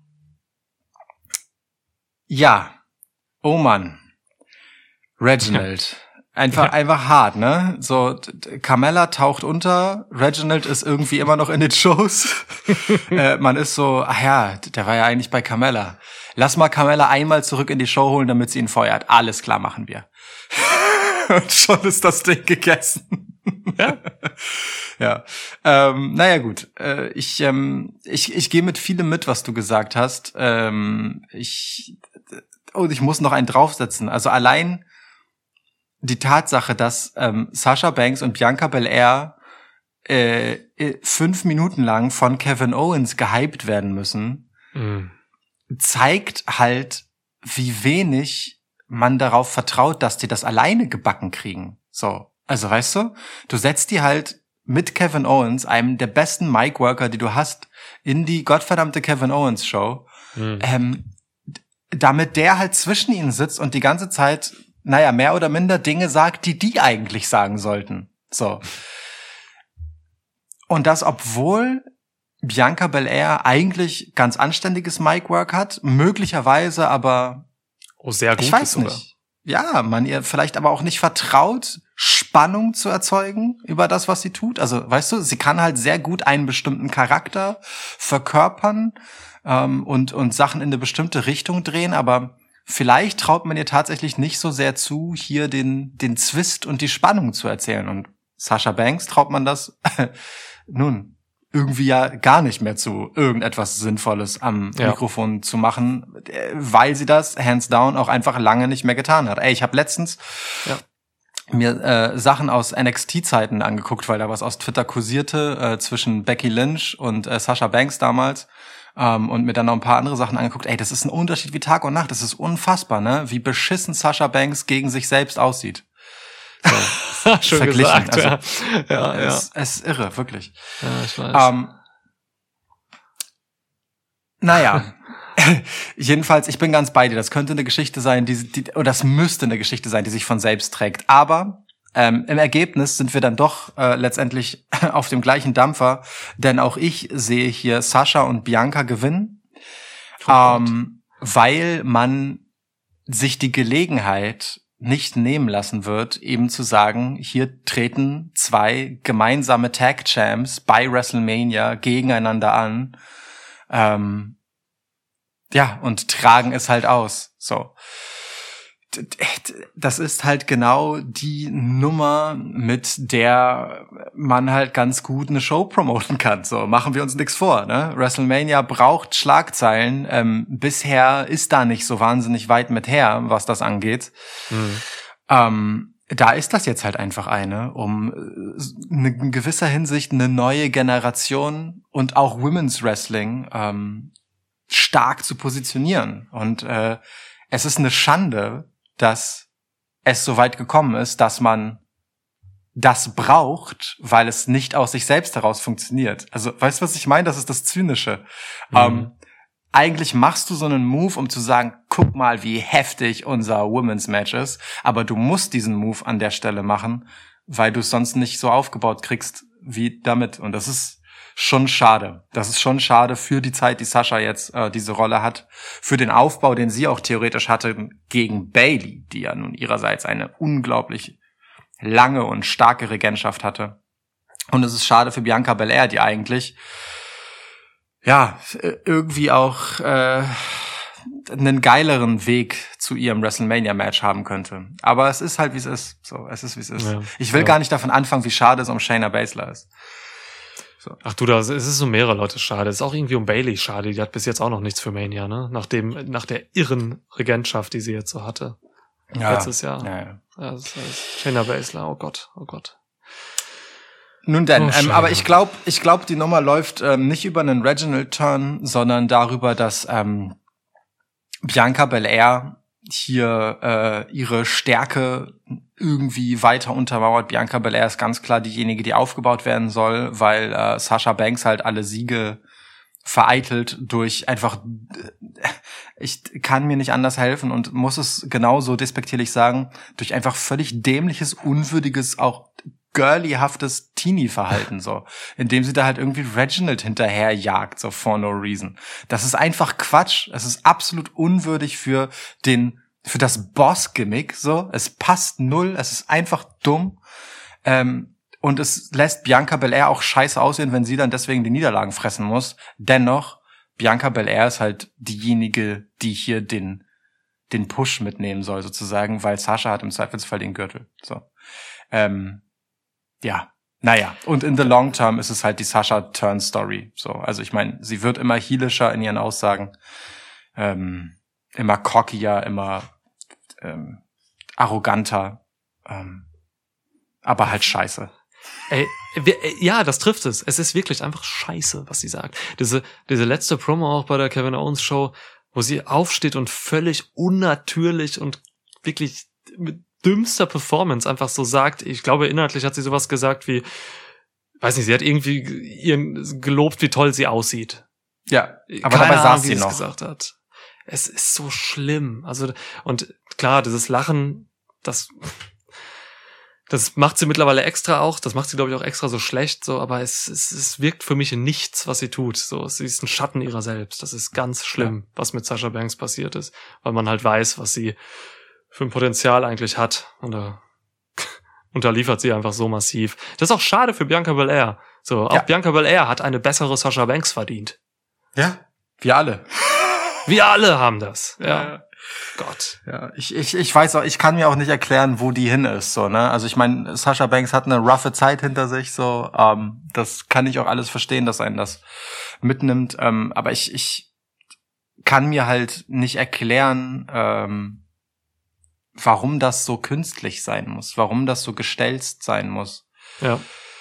ja. Oh Mann. Reginald. Einfach, Ja. einfach hart, ne? So, d- d- Carmella taucht unter, Reginald ist irgendwie immer noch in den Shows. äh, man ist so, ach ja, der war ja eigentlich bei Carmella. Lass mal Carmella einmal zurück in die Show holen, damit sie ihn feuert. Alles klar, machen wir. Und schon ist das Ding gegessen. Ja. Ja. Ähm, naja, gut. Äh, ich ähm, ich, ich gehe mit vielem mit, was du gesagt hast. Ähm, ich, oh, ich muss noch einen draufsetzen. Also allein die Tatsache, dass ähm, Sasha Banks und Bianca Belair äh, fünf Minuten lang von Kevin Owens gehypt werden müssen, Mhm. zeigt halt, wie wenig man darauf vertraut, dass die das alleine gebacken kriegen. So, also weißt du, du setzt die halt mit Kevin Owens, einem der besten Mic-Worker, die du hast, in die gottverdammte Kevin Owens Show, Mhm. ähm, d- damit der halt zwischen ihnen sitzt und die ganze Zeit, naja, mehr oder minder Dinge sagt, die die eigentlich sagen sollten. So. Und das, obwohl Bianca Belair eigentlich ganz anständiges Mic-Work hat, möglicherweise aber, Oh, sehr gut. ich weiß nicht, ja, man ihr vielleicht aber auch nicht vertraut, Spannung zu erzeugen über das, was sie tut. Also, weißt du, sie kann halt sehr gut einen bestimmten Charakter verkörpern ähm, und und Sachen in eine bestimmte Richtung drehen, aber vielleicht traut man ihr tatsächlich nicht so sehr zu, hier den den Zwist und die Spannung zu erzählen. Und Sasha Banks traut man das nun irgendwie ja gar nicht mehr zu, irgendetwas Sinnvolles am Ja. Mikrofon zu machen, äh, weil sie das hands down auch einfach lange nicht mehr getan hat. Ey, ich habe letztens Ja. mir äh, Sachen aus N X T-Zeiten angeguckt, weil da was aus Twitter kursierte äh, zwischen Becky Lynch und äh, Sasha Banks damals. Ähm, und mir dann noch ein paar andere Sachen angeguckt. Ey, das ist ein Unterschied wie Tag und Nacht. Das ist unfassbar, ne? Wie beschissen Sasha Banks gegen sich selbst aussieht. So, Schön verglichen, gesagt, also, ja. Ja, ja. Es, es ist irre, wirklich. ja, ich weiß. Ähm, naja. Jedenfalls, ich bin ganz bei dir. Das könnte eine Geschichte sein, die, die oder das müsste eine Geschichte sein, die sich von selbst trägt. Aber ähm, im Ergebnis sind wir dann doch äh, letztendlich auf dem gleichen Dampfer, denn auch ich sehe hier Sasha und Bianca gewinnen, Oh Gott. ähm, weil man sich die Gelegenheit nicht nehmen lassen wird, eben zu sagen, hier treten zwei gemeinsame Tag-Champs bei WrestleMania gegeneinander an, ähm, ja, und tragen es halt aus, so. Das ist halt genau die Nummer, mit der man halt ganz gut eine Show promoten kann. So, machen wir uns nichts vor, ne? WrestleMania braucht Schlagzeilen. Ähm, bisher ist da nicht so wahnsinnig weit mit her, was das angeht. Mhm. Ähm, da ist das jetzt halt einfach eine, um in gewisser Hinsicht eine neue Generation und auch Women's Wrestling ähm, stark zu positionieren. Und äh, es ist eine Schande, dass es so weit gekommen ist, dass man das braucht, weil es nicht aus sich selbst heraus funktioniert. Also, weißt du, was ich meine? Das ist das Zynische. Mhm. Ähm, eigentlich machst du so einen Move, um zu sagen, guck mal, wie heftig unser Women's Match ist, aber du musst diesen Move an der Stelle machen, weil du es sonst nicht so aufgebaut kriegst wie damit. Und das ist schon schade. Das ist schon schade für die Zeit, die Sasha jetzt äh, diese Rolle hat, für den Aufbau, den sie auch theoretisch hatte gegen Bayley, die ja nun ihrerseits eine unglaublich lange und starke Regentschaft hatte. Und es ist schade für Bianca Belair, die eigentlich ja irgendwie auch äh, einen geileren Weg zu ihrem WrestleMania-Match haben könnte. Aber es ist halt, wie es ist. So, es ist, wie es ist. Ja, ich will ja. gar nicht davon anfangen, wie schade es um Shayna Baszler ist. So. Ach du, da es ist so mehrere Leute schade. Es ist auch irgendwie um Bayley schade. Die hat bis jetzt auch noch nichts für Mania, ne? Nach dem, nach der irren Regentschaft, die sie jetzt so hatte. Ja. Letztes Jahr. Ja, ja. Ja, das heißt, Shayna Baszler, oh Gott, oh Gott. Nun denn, oh, ähm, aber ich glaube, ich glaube, die Nummer läuft ähm, nicht über einen Reginald-Turn, sondern darüber, dass ähm, Bianca Belair hier äh, ihre Stärke irgendwie weiter untermauert. Bianca Belair ist ganz klar diejenige, die aufgebaut werden soll, weil äh, Sasha Banks halt alle Siege vereitelt durch einfach, ich kann mir nicht anders helfen und muss es genauso despektierlich sagen, durch einfach völlig dämliches, unwürdiges, auch girlyhaftes Teenie-Verhalten, so, indem sie da halt irgendwie Reginald hinterherjagt, so for no reason. Das ist einfach Quatsch. Es ist absolut unwürdig für den, für das Boss-Gimmick, so. Es passt null. Es ist einfach dumm. Ähm, und es lässt Bianca Belair auch scheiße aussehen, wenn sie dann deswegen die Niederlagen fressen muss. Dennoch, Bianca Belair ist halt diejenige, die hier den, den Push mitnehmen soll, sozusagen, weil Sasha hat im Zweifelsfall den Gürtel, so. Ähm, Ja, naja, und in the long term ist es halt die Sasha-Turn-Story. So, also ich meine, sie wird immer heelischer in ihren Aussagen, ähm, immer cockier, immer ähm, arroganter, ähm, aber halt scheiße. Ey, wir, ja, das trifft es. Es ist wirklich einfach scheiße, was sie sagt. Diese diese letzte Promo auch bei der Kevin Owens Show, wo sie aufsteht und völlig unnatürlich und wirklich mit dümmster Performance einfach so sagt, ich glaube inhaltlich hat sie sowas gesagt wie, weiß nicht, sie hat irgendwie ihren gelobt, wie toll sie aussieht. Ja, aber dabei saß sie noch. Gesagt hat. Es ist so schlimm. Also, und klar, dieses Lachen, das, das macht sie mittlerweile extra auch, das macht sie, glaube ich, auch extra so schlecht, so, aber es, es, es wirkt für mich in nichts, was sie tut. So, sie ist ein Schatten ihrer selbst. Das ist ganz schlimm, ja, was mit Sasha Banks passiert ist, weil man halt weiß, was sie für ein Potenzial eigentlich hat. Und da, und da liefert sie einfach so massiv. Das ist auch schade für Bianca Belair. So, auch ja. Bianca Belair hat eine bessere Sasha Banks verdient. Ja, wir alle. Wir alle haben das. Ja. ja. Gott. Ja, ich, ich, ich weiß auch, ich kann mir auch nicht erklären, wo die hin ist, so, ne? Also ich meine, Sasha Banks hat eine roughe Zeit hinter sich, so, ähm, das kann ich auch alles verstehen, dass einen das mitnimmt, ähm, aber ich, ich kann mir halt nicht erklären, ähm, warum das so künstlich sein muss, warum das so gestelzt sein muss. Ja.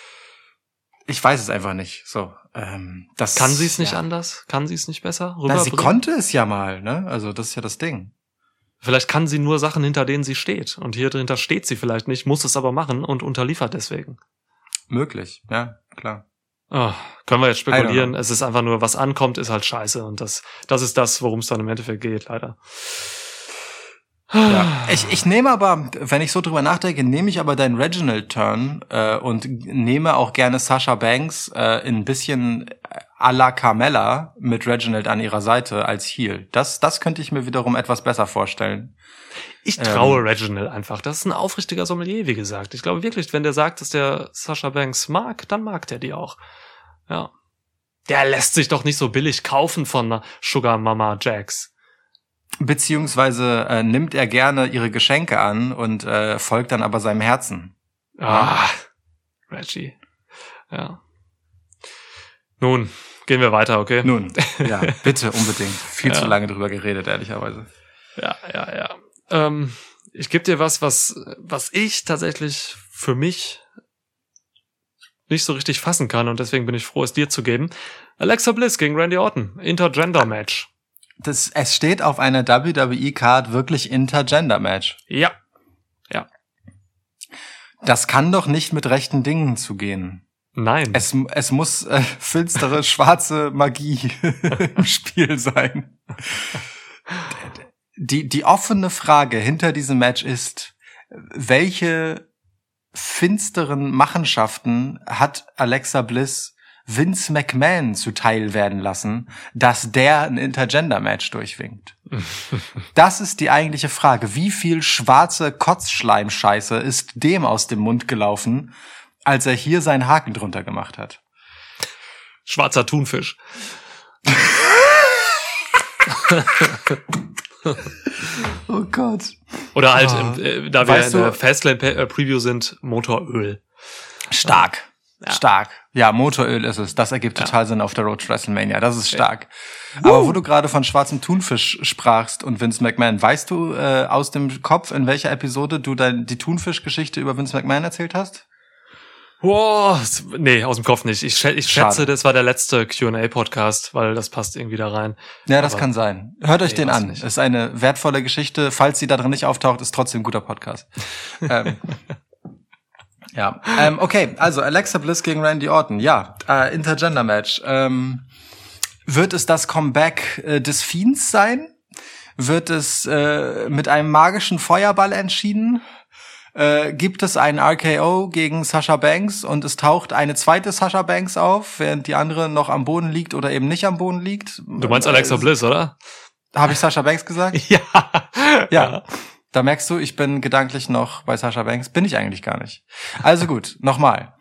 Ich weiß es einfach nicht. So, ähm, das kann sie es nicht ja. anders? Kann sie es nicht besser? Na, sie konnte es ja mal, ne? Also das ist ja das Ding. Vielleicht kann sie nur Sachen, hinter denen sie steht. Und hier dahinter steht sie vielleicht nicht, muss es aber machen und unterliefert deswegen. Möglich, ja, klar. Oh, können wir jetzt spekulieren. Es ist einfach nur, was ankommt, ist halt scheiße. Und das, das ist das, worum es dann im Endeffekt geht, leider. Ja. Ich, ich nehme aber, wenn ich so drüber nachdenke, nehme ich aber deinen Reginald-Turn äh, und nehme auch gerne Sasha Banks äh, ein bisschen à la Carmella mit Reginald an ihrer Seite als Heel. Das, das könnte ich mir wiederum etwas besser vorstellen. Ich traue ähm, Reginald einfach. Das ist ein aufrichtiger Sommelier, wie gesagt. Ich glaube wirklich, wenn der sagt, dass der Sasha Banks mag, dann mag der die auch. Ja. Der lässt sich doch nicht so billig kaufen von Sugar Mama Jax. Beziehungsweise äh, nimmt er gerne ihre Geschenke an und äh, folgt dann aber seinem Herzen. Ah, Reggie. Ja. Nun, gehen wir weiter, okay? Nun, ja, bitte, unbedingt. Viel Ja. zu lange drüber geredet, ehrlicherweise. Ja, ja, ja. Ähm, ich gebe dir was, was, was ich tatsächlich für mich nicht so richtig fassen kann und deswegen bin ich froh, es dir zu geben. Alexa Bliss gegen Randy Orton. Intergender-Match. Das, es steht auf einer W W E-Card wirklich Intergender-Match. Ja. Ja. Das kann doch nicht mit rechten Dingen zugehen. Nein. Es, es muss äh, finstere, schwarze Magie im Spiel sein. Die, die offene Frage hinter diesem Match ist, welche finsteren Machenschaften hat Alexa Bliss Vince McMahon zuteil werden lassen, dass der ein Intergender-Match durchwinkt? Das ist die eigentliche Frage. Wie viel schwarze Kotzschleimscheiße ist dem aus dem Mund gelaufen, als er hier seinen Haken drunter gemacht hat? Schwarzer Thunfisch. Oh Gott. Oder halt, Ah. im, äh, da wir Weißt in der du- Fastlane-Preview sind, Motoröl. Stark. Ja. Stark. Ja, Motoröl ist es. Das ergibt Ja. total Sinn auf der Road to WrestleMania. Das ist stark. Aber wo du gerade von schwarzem Thunfisch sprachst und Vince McMahon, weißt du äh, aus dem Kopf, in welcher Episode du dein, die Thunfisch-Geschichte über Vince McMahon erzählt hast? Boah, s- nee, aus dem Kopf nicht. Ich, schä- ich schätze, Schade. das war der letzte Q and A-Podcast, weil das passt irgendwie da rein. Ja, das Aber- kann sein. Hört euch Nee, den weiß an. nicht. Ist eine wertvolle Geschichte. Falls sie da drin nicht auftaucht, ist trotzdem ein guter Podcast. ähm, ja, ähm, okay. Also Alexa Bliss gegen Randy Orton. Ja, äh, Intergender-Match. Ähm, wird es das Comeback äh, des Fiends sein? Wird es äh, mit einem magischen Feuerball entschieden? Äh, gibt es einen R K O gegen Sasha Banks und es taucht eine zweite Sasha Banks auf, während die andere noch am Boden liegt oder eben nicht am Boden liegt? Du meinst Alexa Bliss, oder? Habe ich Sasha Banks gesagt? Ja. Ja. Da merkst du, ich bin gedanklich noch bei Sasha Banks. Bin ich eigentlich gar nicht. Also gut, nochmal.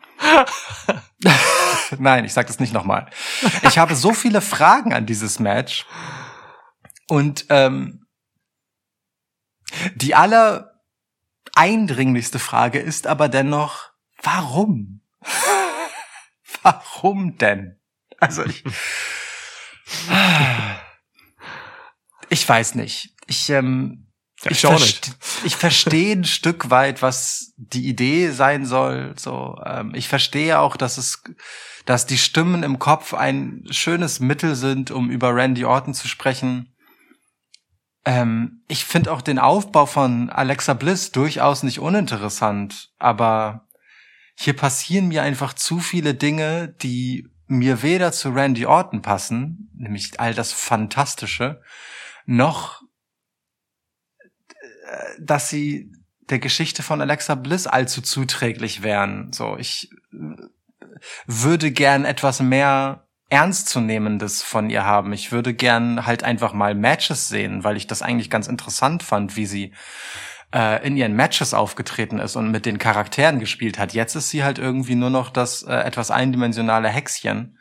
Nein, ich sag das nicht nochmal. Ich habe so viele Fragen an dieses Match. Und ähm, die aller eindringlichste Frage ist aber dennoch, warum? Warum denn? Also ich... Ich weiß nicht. Ich, ähm, Ja, ich, ich auch verste- ich verstehe ein Stück weit, was die Idee sein soll. So, ähm, ich verstehe auch, dass es, dass die Stimmen im Kopf ein schönes Mittel sind, um über Randy Orton zu sprechen. Ähm, ich finde auch den Aufbau von Alexa Bliss durchaus nicht uninteressant, aber hier passieren mir einfach zu viele Dinge, die mir weder zu Randy Orton passen, nämlich all das Fantastische, noch dass sie der Geschichte von Alexa Bliss allzu zuträglich wären. So, ich äh, würde gern etwas mehr Ernstzunehmendes von ihr haben. Ich würde gern halt einfach mal Matches sehen, weil ich das eigentlich ganz interessant fand, wie sie äh, in ihren Matches aufgetreten ist und mit den Charakteren gespielt hat. Jetzt ist sie halt irgendwie nur noch das äh, etwas eindimensionale Häkschen,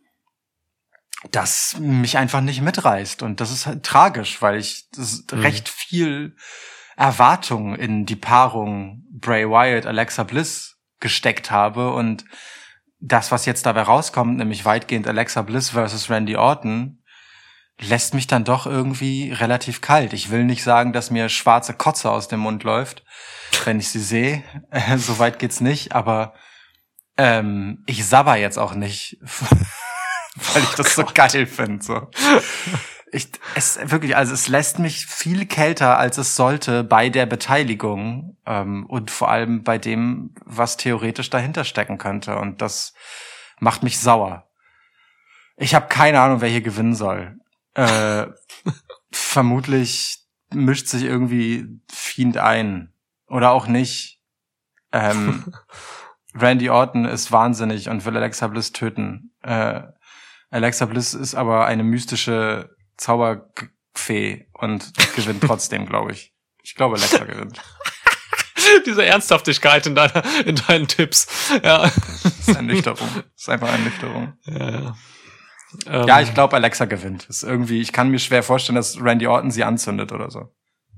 das mich einfach nicht mitreißt. Und das ist halt tragisch, weil ich das Mhm. recht viel Erwartung in die Paarung Bray Wyatt, Alexa Bliss gesteckt habe. Und das, was jetzt dabei rauskommt, nämlich weitgehend Alexa Bliss versus Randy Orton, lässt mich dann doch irgendwie relativ kalt. Ich will nicht sagen, dass mir schwarze Kotze aus dem Mund läuft, wenn ich sie sehe. Äh, so weit geht's nicht, aber ähm, ich sabber jetzt auch nicht, weil ich das so geil finde. So. Ich, es wirklich, also es lässt mich viel kälter, als es sollte bei der Beteiligung ähm, und vor allem bei dem, was theoretisch dahinter stecken könnte. Und das macht mich sauer. Ich habe keine Ahnung, wer hier gewinnen soll. Äh, vermutlich mischt sich irgendwie Fiend ein. Oder auch nicht. Ähm, Randy Orton ist wahnsinnig und will Alexa Bliss töten. Äh, Alexa Bliss ist aber eine mystische Zauberfee und gewinnt trotzdem, glaube ich. Ich glaube, Alexa gewinnt. Diese Ernsthaftigkeit in deiner, in deinen Tipps. Ja. Das ist Ernüchterung. Das ist einfach Ernüchterung. Ja, ja. Ähm, ja, ich glaube, Alexa gewinnt. Das ist irgendwie, ich kann mir schwer vorstellen, dass Randy Orton sie anzündet oder so.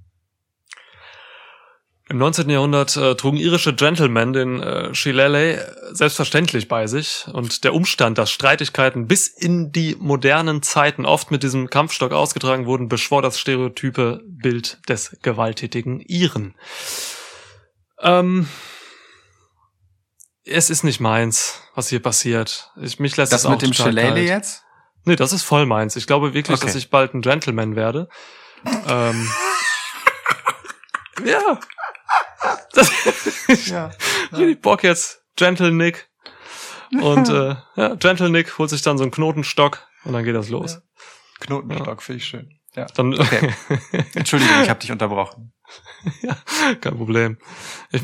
Im neunzehnten. Jahrhundert äh, trugen irische Gentlemen den äh, Shillelagh selbstverständlich bei sich und der Umstand, dass Streitigkeiten bis in die modernen Zeiten oft mit diesem Kampfstock ausgetragen wurden, beschwor das stereotype Bild des gewalttätigen Iren. Ähm, es ist nicht meins, was hier passiert. Ich, mich lässt das es auch mit dem Shillelagh kalt. jetzt? Nee, das ist voll meins. Ich glaube wirklich, okay. dass ich bald ein Gentleman werde. ähm, ja. Das, ja. Ich Bock jetzt. Gentle Nick. Und äh, ja, Gentle Nick holt sich dann so einen Knotenstock und dann geht das los. Ja. Knotenstock, ja. Finde ich schön. Ja. Dann, okay. Entschuldigung, ich habe dich unterbrochen. Ja, kein Problem. Ich,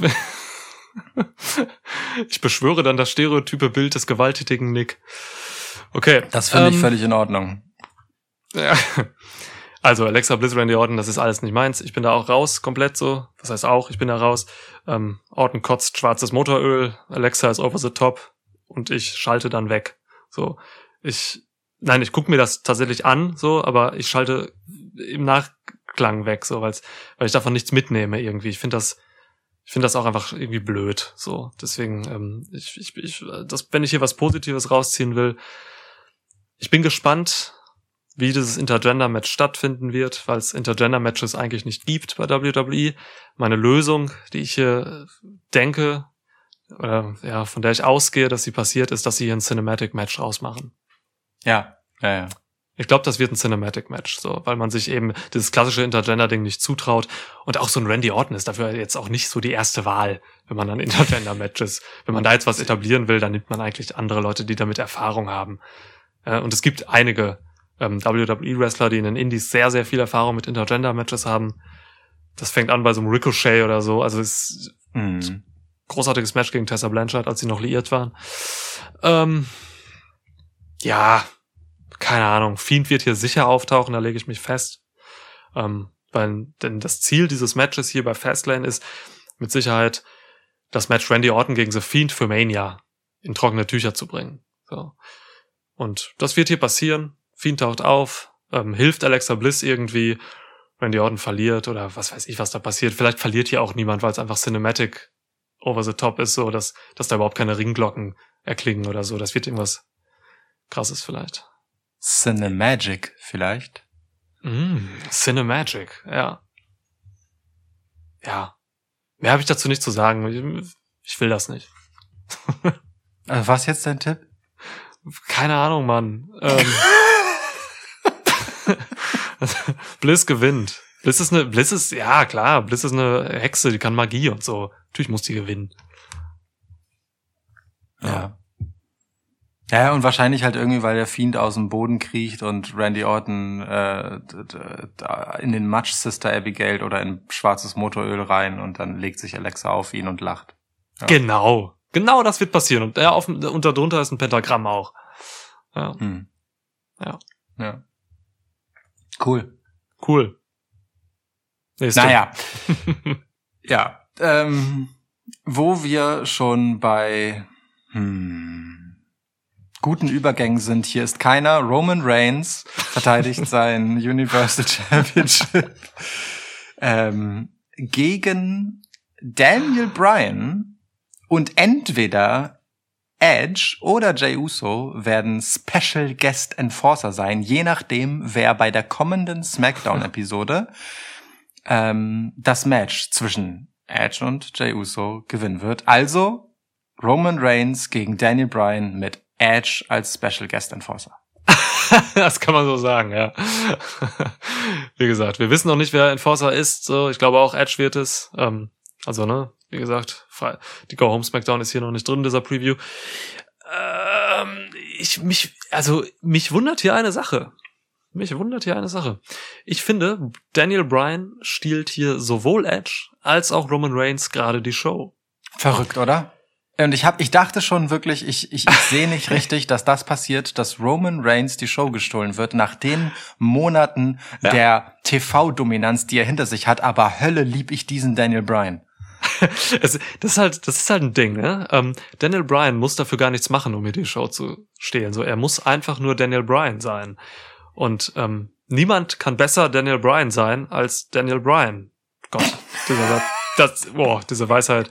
ich beschwöre dann das stereotype Bild des gewalttätigen Nick. Okay. Das finde ich ähm, völlig in Ordnung. Ja. Also Alexa Bliss, Randy Orton, das ist alles nicht meins. Ich bin da auch raus, komplett so. Was heißt auch, ich bin da raus. Ähm, Orton kotzt schwarzes Motoröl, Alexa ist over the top und ich schalte dann weg. So, ich, nein, ich gucke mir das tatsächlich an, so, aber ich schalte im Nachklang weg, so, weil's, weil ich davon nichts mitnehme irgendwie. Ich finde das, ich finde das auch einfach irgendwie blöd, so. Deswegen, ähm, ich, ich, ich, das, wenn ich hier was Positives rausziehen will, ich bin gespannt, wie dieses Intergender-Match stattfinden wird, weil es Intergender-Matches eigentlich nicht gibt bei W W E. Meine Lösung, die ich hier denke, oder ja, von der ich ausgehe, dass sie passiert, ist, dass sie hier ein Cinematic-Match rausmachen. Ja, ja, ja. Ich glaube, das wird ein Cinematic-Match, so, weil man sich eben dieses klassische Intergender-Ding nicht zutraut. Und auch so ein Randy Orton ist dafür jetzt auch nicht so die erste Wahl, wenn man dann Intergender-Matches, wenn man da jetzt was etablieren will, dann nimmt man eigentlich andere Leute, die damit Erfahrung haben. Und es gibt einige Ähm, W W E-Wrestler, die in den Indies sehr, sehr viel Erfahrung mit Intergender-Matches haben. Das fängt an bei so einem Ricochet oder so. Also es ist mhm. ein großartiges Match gegen Tessa Blanchard, als sie noch liiert waren. Ähm, ja, keine Ahnung. Fiend wird hier sicher auftauchen, da lege ich mich fest. Ähm, weil, denn das Ziel dieses Matches hier bei Fastlane ist mit Sicherheit, das Match Randy Orton gegen The Fiend für Mania in trockene Tücher zu bringen. So. Und das wird hier passieren. Fiend taucht auf, ähm, hilft Alexa Bliss irgendwie, Randy Orton verliert oder was weiß ich, was da passiert. Vielleicht verliert hier auch niemand, weil es einfach Cinematic over the top ist, so dass, dass da überhaupt keine Ringglocken erklingen oder so. Das wird irgendwas Krasses vielleicht. Cinemagic vielleicht? Mm, Cinemagic, ja. Ja. Mehr habe ich dazu nicht zu sagen. Ich, ich will das nicht. Also was jetzt dein Tipp? Keine Ahnung, Mann. Ähm, Bliss gewinnt. Bliss ist eine, Bliss ist, ja klar, Bliss ist eine Hexe, die kann Magie und so. Natürlich muss die gewinnen. Ja. Ja, und wahrscheinlich halt irgendwie, weil der Fiend aus dem Boden kriecht und Randy Orton äh, in den Match Sister Abigail oder in schwarzes Motoröl rein und dann legt sich Alexa auf ihn und lacht. Ja. Genau. Genau das wird passieren. Und ja, auf, und darunter ist ein Pentagramm auch. Ja. Hm. Ja. Ja. Cool. Cool. Nächste. Naja. Ja. Ähm, wo wir schon bei hm, guten Übergängen sind, hier ist keiner. Roman Reigns verteidigt sein Universal Championship ähm, gegen Daniel Bryan. Und entweder Edge oder Jey Uso werden Special Guest Enforcer sein, je nachdem, wer bei der kommenden SmackDown-Episode ähm, das Match zwischen Edge und Jey Uso gewinnen wird. Also Roman Reigns gegen Daniel Bryan mit Edge als Special Guest Enforcer. Das kann man so sagen, ja. Wie gesagt, wir wissen noch nicht, wer Enforcer ist. So, ich glaube auch Edge wird es. Ähm, also, ne, wie gesagt, die Go Home Smackdown ist hier noch nicht drin in dieser Preview. Ähm, ich mich, also mich wundert hier eine Sache. mich wundert hier eine Sache. Ich finde, Daniel Bryan stiehlt hier sowohl Edge als auch Roman Reigns gerade die Show. Verrückt, oder? Und ich hab, ich dachte schon wirklich, ich, ich, ich sehe nicht richtig, dass das passiert, dass Roman Reigns die Show gestohlen wird, nach den Monaten ja. der T V-Dominanz, die er hinter sich hat, aber Hölle lieb ich diesen Daniel Bryan. es, das ist halt, das ist halt ein Ding, ne? Ähm, Daniel Bryan muss dafür gar nichts machen, um mir die Show zu stehlen. So, er muss einfach nur Daniel Bryan sein. Und ähm, niemand kann besser Daniel Bryan sein als Daniel Bryan. Gott, dieser, das, boah, diese Weisheit.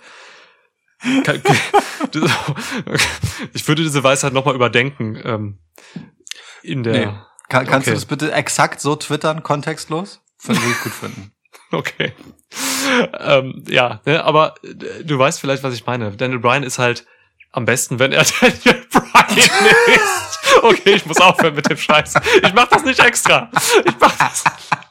Ich würde diese Weisheit nochmal überdenken. Ähm, in der. Nee. Kann, kannst okay. du das bitte exakt so twittern, kontextlos? Würde ich gut finden. Okay. ähm, ja, ne, aber du weißt vielleicht, was ich meine. Daniel Bryan ist halt am besten, wenn er Daniel Bryan ist. Okay, ich muss aufhören mit dem Scheiß. Ich mach das nicht extra. Ich mach das.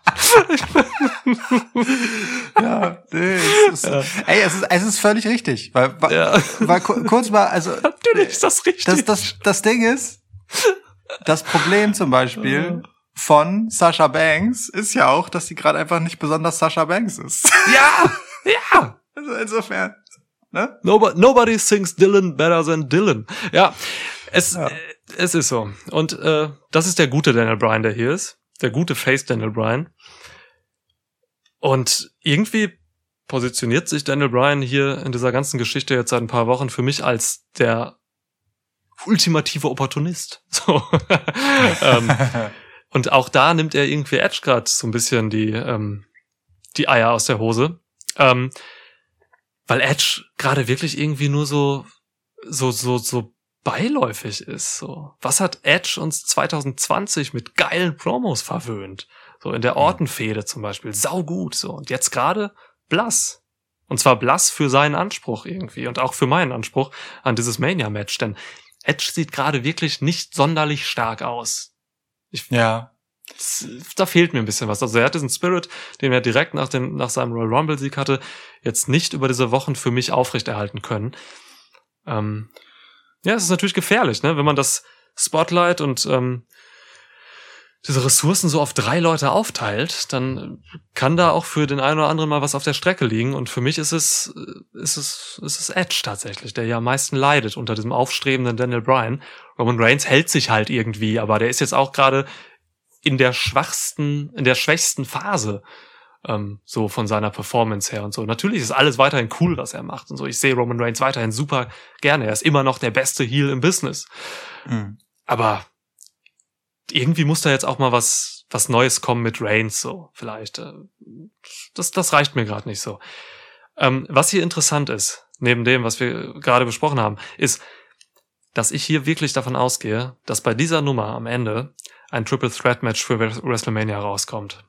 ja, nee, es ist, ja. Ey, es ist, es ist völlig richtig. Weil, weil, ja. weil kurz mal, also. Natürlich ist das richtig. Das, das, das Ding ist, das Problem zum Beispiel von Sasha Banks ist ja auch, dass sie gerade einfach nicht besonders Sasha Banks ist. Ja, ja. Also insofern, ne? Nobody, nobody sings Dylan better than Dylan. Ja, es, ja. Äh, es ist so. Und äh, das ist der gute Daniel Bryan, der hier ist. Der gute Face Daniel Bryan. Und irgendwie positioniert sich Daniel Bryan hier in dieser ganzen Geschichte jetzt seit ein paar Wochen für mich als der ultimative Opportunist. So. ähm, und auch da nimmt er irgendwie Edge gerade so ein bisschen die ähm, die Eier aus der Hose, ähm, weil Edge gerade wirklich irgendwie nur so so so so beiläufig ist. So, was hat Edge uns zwanzig zwanzig mit geilen Promos verwöhnt? So in der Orton-Fehde zum Beispiel, saugut. So, und jetzt gerade blass. Und zwar blass für seinen Anspruch irgendwie und auch für meinen Anspruch an dieses Mania-Match, denn Edge sieht gerade wirklich nicht sonderlich stark aus. Ich, ja. Da fehlt mir ein bisschen was. Also er hat diesen Spirit, den er direkt nach dem, nach seinem Royal Rumble-Sieg hatte, jetzt nicht über diese Wochen für mich aufrechterhalten können. Ähm, ja, es ist natürlich gefährlich, ne, wenn man das Spotlight und ähm, diese Ressourcen so auf drei Leute aufteilt, dann kann da auch für den einen oder anderen mal was auf der Strecke liegen. Und für mich ist es, ist es, ist es Edge tatsächlich, der ja am meisten leidet unter diesem aufstrebenden Daniel Bryan. Roman Reigns hält sich halt irgendwie, aber der ist jetzt auch gerade in der schwachsten, in der schwächsten Phase, ähm, so von seiner Performance her und so. Natürlich ist alles weiterhin cool, was er macht und so. Ich sehe Roman Reigns weiterhin super gerne. Er ist immer noch der beste Heel im Business. Mhm. Aber irgendwie muss da jetzt auch mal was was Neues kommen mit Reigns, so vielleicht. Das das reicht mir gerade nicht so. Ähm, was hier interessant ist, neben dem, was wir gerade besprochen haben, ist, dass ich hier wirklich davon ausgehe, dass bei dieser Nummer am Ende ein Triple Threat Match für WrestleMania rauskommt.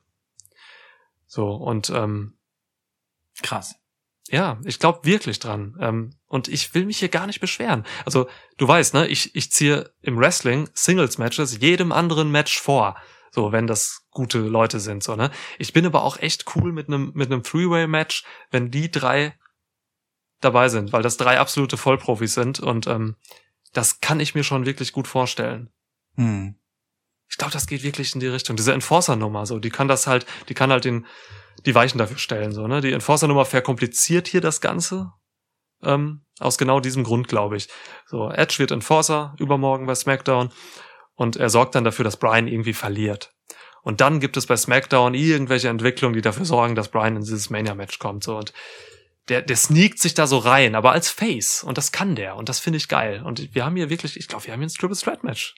So, und ähm, krass. Ja, ich glaube wirklich dran. Ähm, und ich will mich hier gar nicht beschweren. Also, du weißt, ne, ich ich ziehe im Wrestling Singles-Matches jedem anderen Match vor. So, wenn das gute Leute sind, so, ne. Ich bin aber auch echt cool mit einem mit einem Three-Way-Match, wenn die drei dabei sind, weil das drei absolute Vollprofis sind und ähm, das kann ich mir schon wirklich gut vorstellen. Hm. Ich glaube, das geht wirklich in die Richtung. Diese Enforcer-Nummer, so, die kann das halt, die kann halt den, die Weichen dafür stellen, so, ne. Die Enforcer-Nummer verkompliziert hier das Ganze, ähm, aus genau diesem Grund, glaube ich. So, Edge wird Enforcer übermorgen bei SmackDown und er sorgt dann dafür, dass Bryan irgendwie verliert. Und dann gibt es bei SmackDown irgendwelche Entwicklungen, die dafür sorgen, dass Bryan in dieses Mania-Match kommt, so, und der, der sneakt sich da so rein, aber als Face, und das kann der, und das finde ich geil. Und wir haben hier wirklich, ich glaube, wir haben hier ein Triple Threat Match.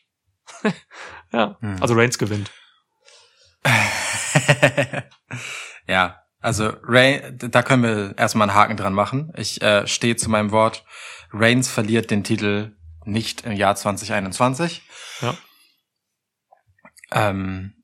Ja, hm. Also Reigns gewinnt. Ja, also Ray, da können wir erstmal einen Haken dran machen. Ich äh, stehe zu meinem Wort. Reigns verliert den Titel nicht im Jahr zwanzig einundzwanzig. Ja. Ähm,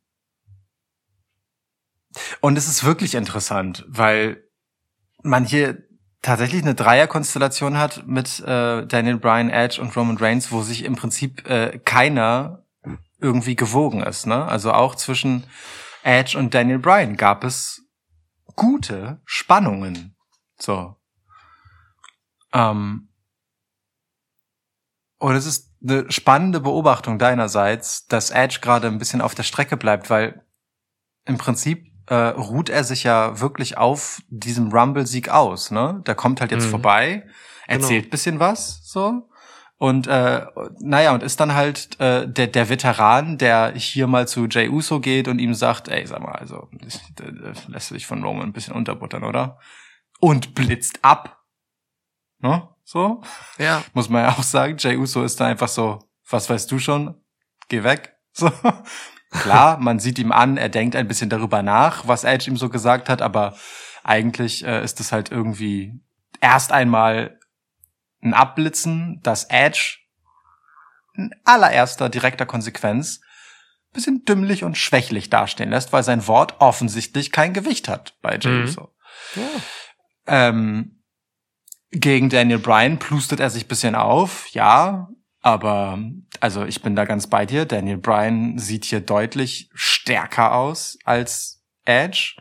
und es ist wirklich interessant, weil man hier tatsächlich eine Dreierkonstellation hat mit äh, Daniel Bryan, Edge und Roman Reigns, wo sich im Prinzip äh, keiner irgendwie gewogen ist, ne? Also auch zwischen Edge und Daniel Bryan gab es gute Spannungen. So. Ähm, und es ist eine spannende Beobachtung deinerseits, dass Edge gerade ein bisschen auf der Strecke bleibt, weil im Prinzip äh, ruht er sich ja wirklich auf diesem Rumble-Sieg aus, ne? Der kommt halt jetzt mhm. vorbei, erzählt genau. bisschen was, so. Und äh, naja, und ist dann halt äh, der der Veteran, der hier mal zu Jey Uso geht und ihm sagt, ey, sag mal, also ich, äh, lässt sich von Roman ein bisschen unterbuttern, oder? Und blitzt ab. Ne? So? Ja. Muss man ja auch sagen, Jey Uso ist da einfach so, was weißt du schon? Geh weg. So. Klar, man sieht ihm an, er denkt ein bisschen darüber nach, was Edge ihm so gesagt hat, aber eigentlich äh, ist es halt irgendwie erst einmal ein Abblitzen, das Edge in allererster direkter Konsequenz ein bisschen dümmlich und schwächlich dastehen lässt, weil sein Wort offensichtlich kein Gewicht hat bei Jey Mhm. Uso. Ja. Ähm, gegen Daniel Bryan plustet er sich ein bisschen auf, ja, aber also ich bin da ganz bei dir. Daniel Bryan sieht hier deutlich stärker aus als Edge.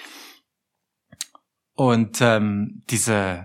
Und ähm, diese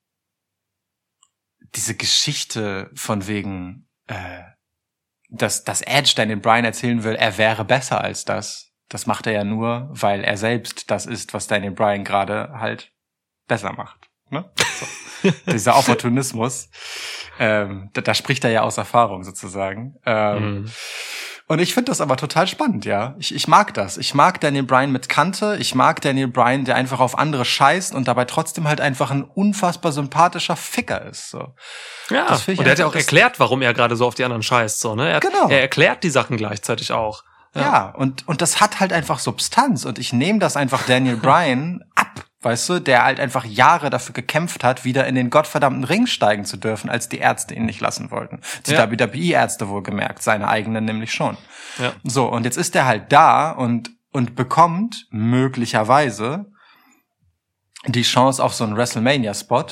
diese Geschichte von wegen, äh, dass, dass Edge Daniel Bryan erzählen will, er wäre besser als das, das macht er ja nur, weil er selbst das ist, was Daniel Bryan gerade halt besser macht. Ne? So. Dieser Opportunismus, ähm, da, da spricht er ja aus Erfahrung sozusagen. Ähm, Mhm. Und ich finde das aber total spannend, ja. Ich, ich mag das. Ich mag Daniel Bryan mit Kante. Ich mag Daniel Bryan, der einfach auf andere scheißt und dabei trotzdem halt einfach ein unfassbar sympathischer Ficker ist. So. Ja, Das find ich und er hat ja einfach- auch erklärt, warum er gerade so auf die anderen scheißt. So, ne? Er, hat, Genau. er erklärt die Sachen gleichzeitig auch. Ja, und, und das hat halt einfach Substanz. Und ich nehme das einfach Daniel Bryan ab, weißt du, der halt einfach Jahre dafür gekämpft hat, wieder in den gottverdammten Ring steigen zu dürfen, als die Ärzte ihn nicht lassen wollten. Die Ja. W W E-Ärzte wohlgemerkt, seine eigenen nämlich schon. Ja. So, und jetzt ist er halt da und, und bekommt möglicherweise die Chance auf so einen WrestleMania-Spot.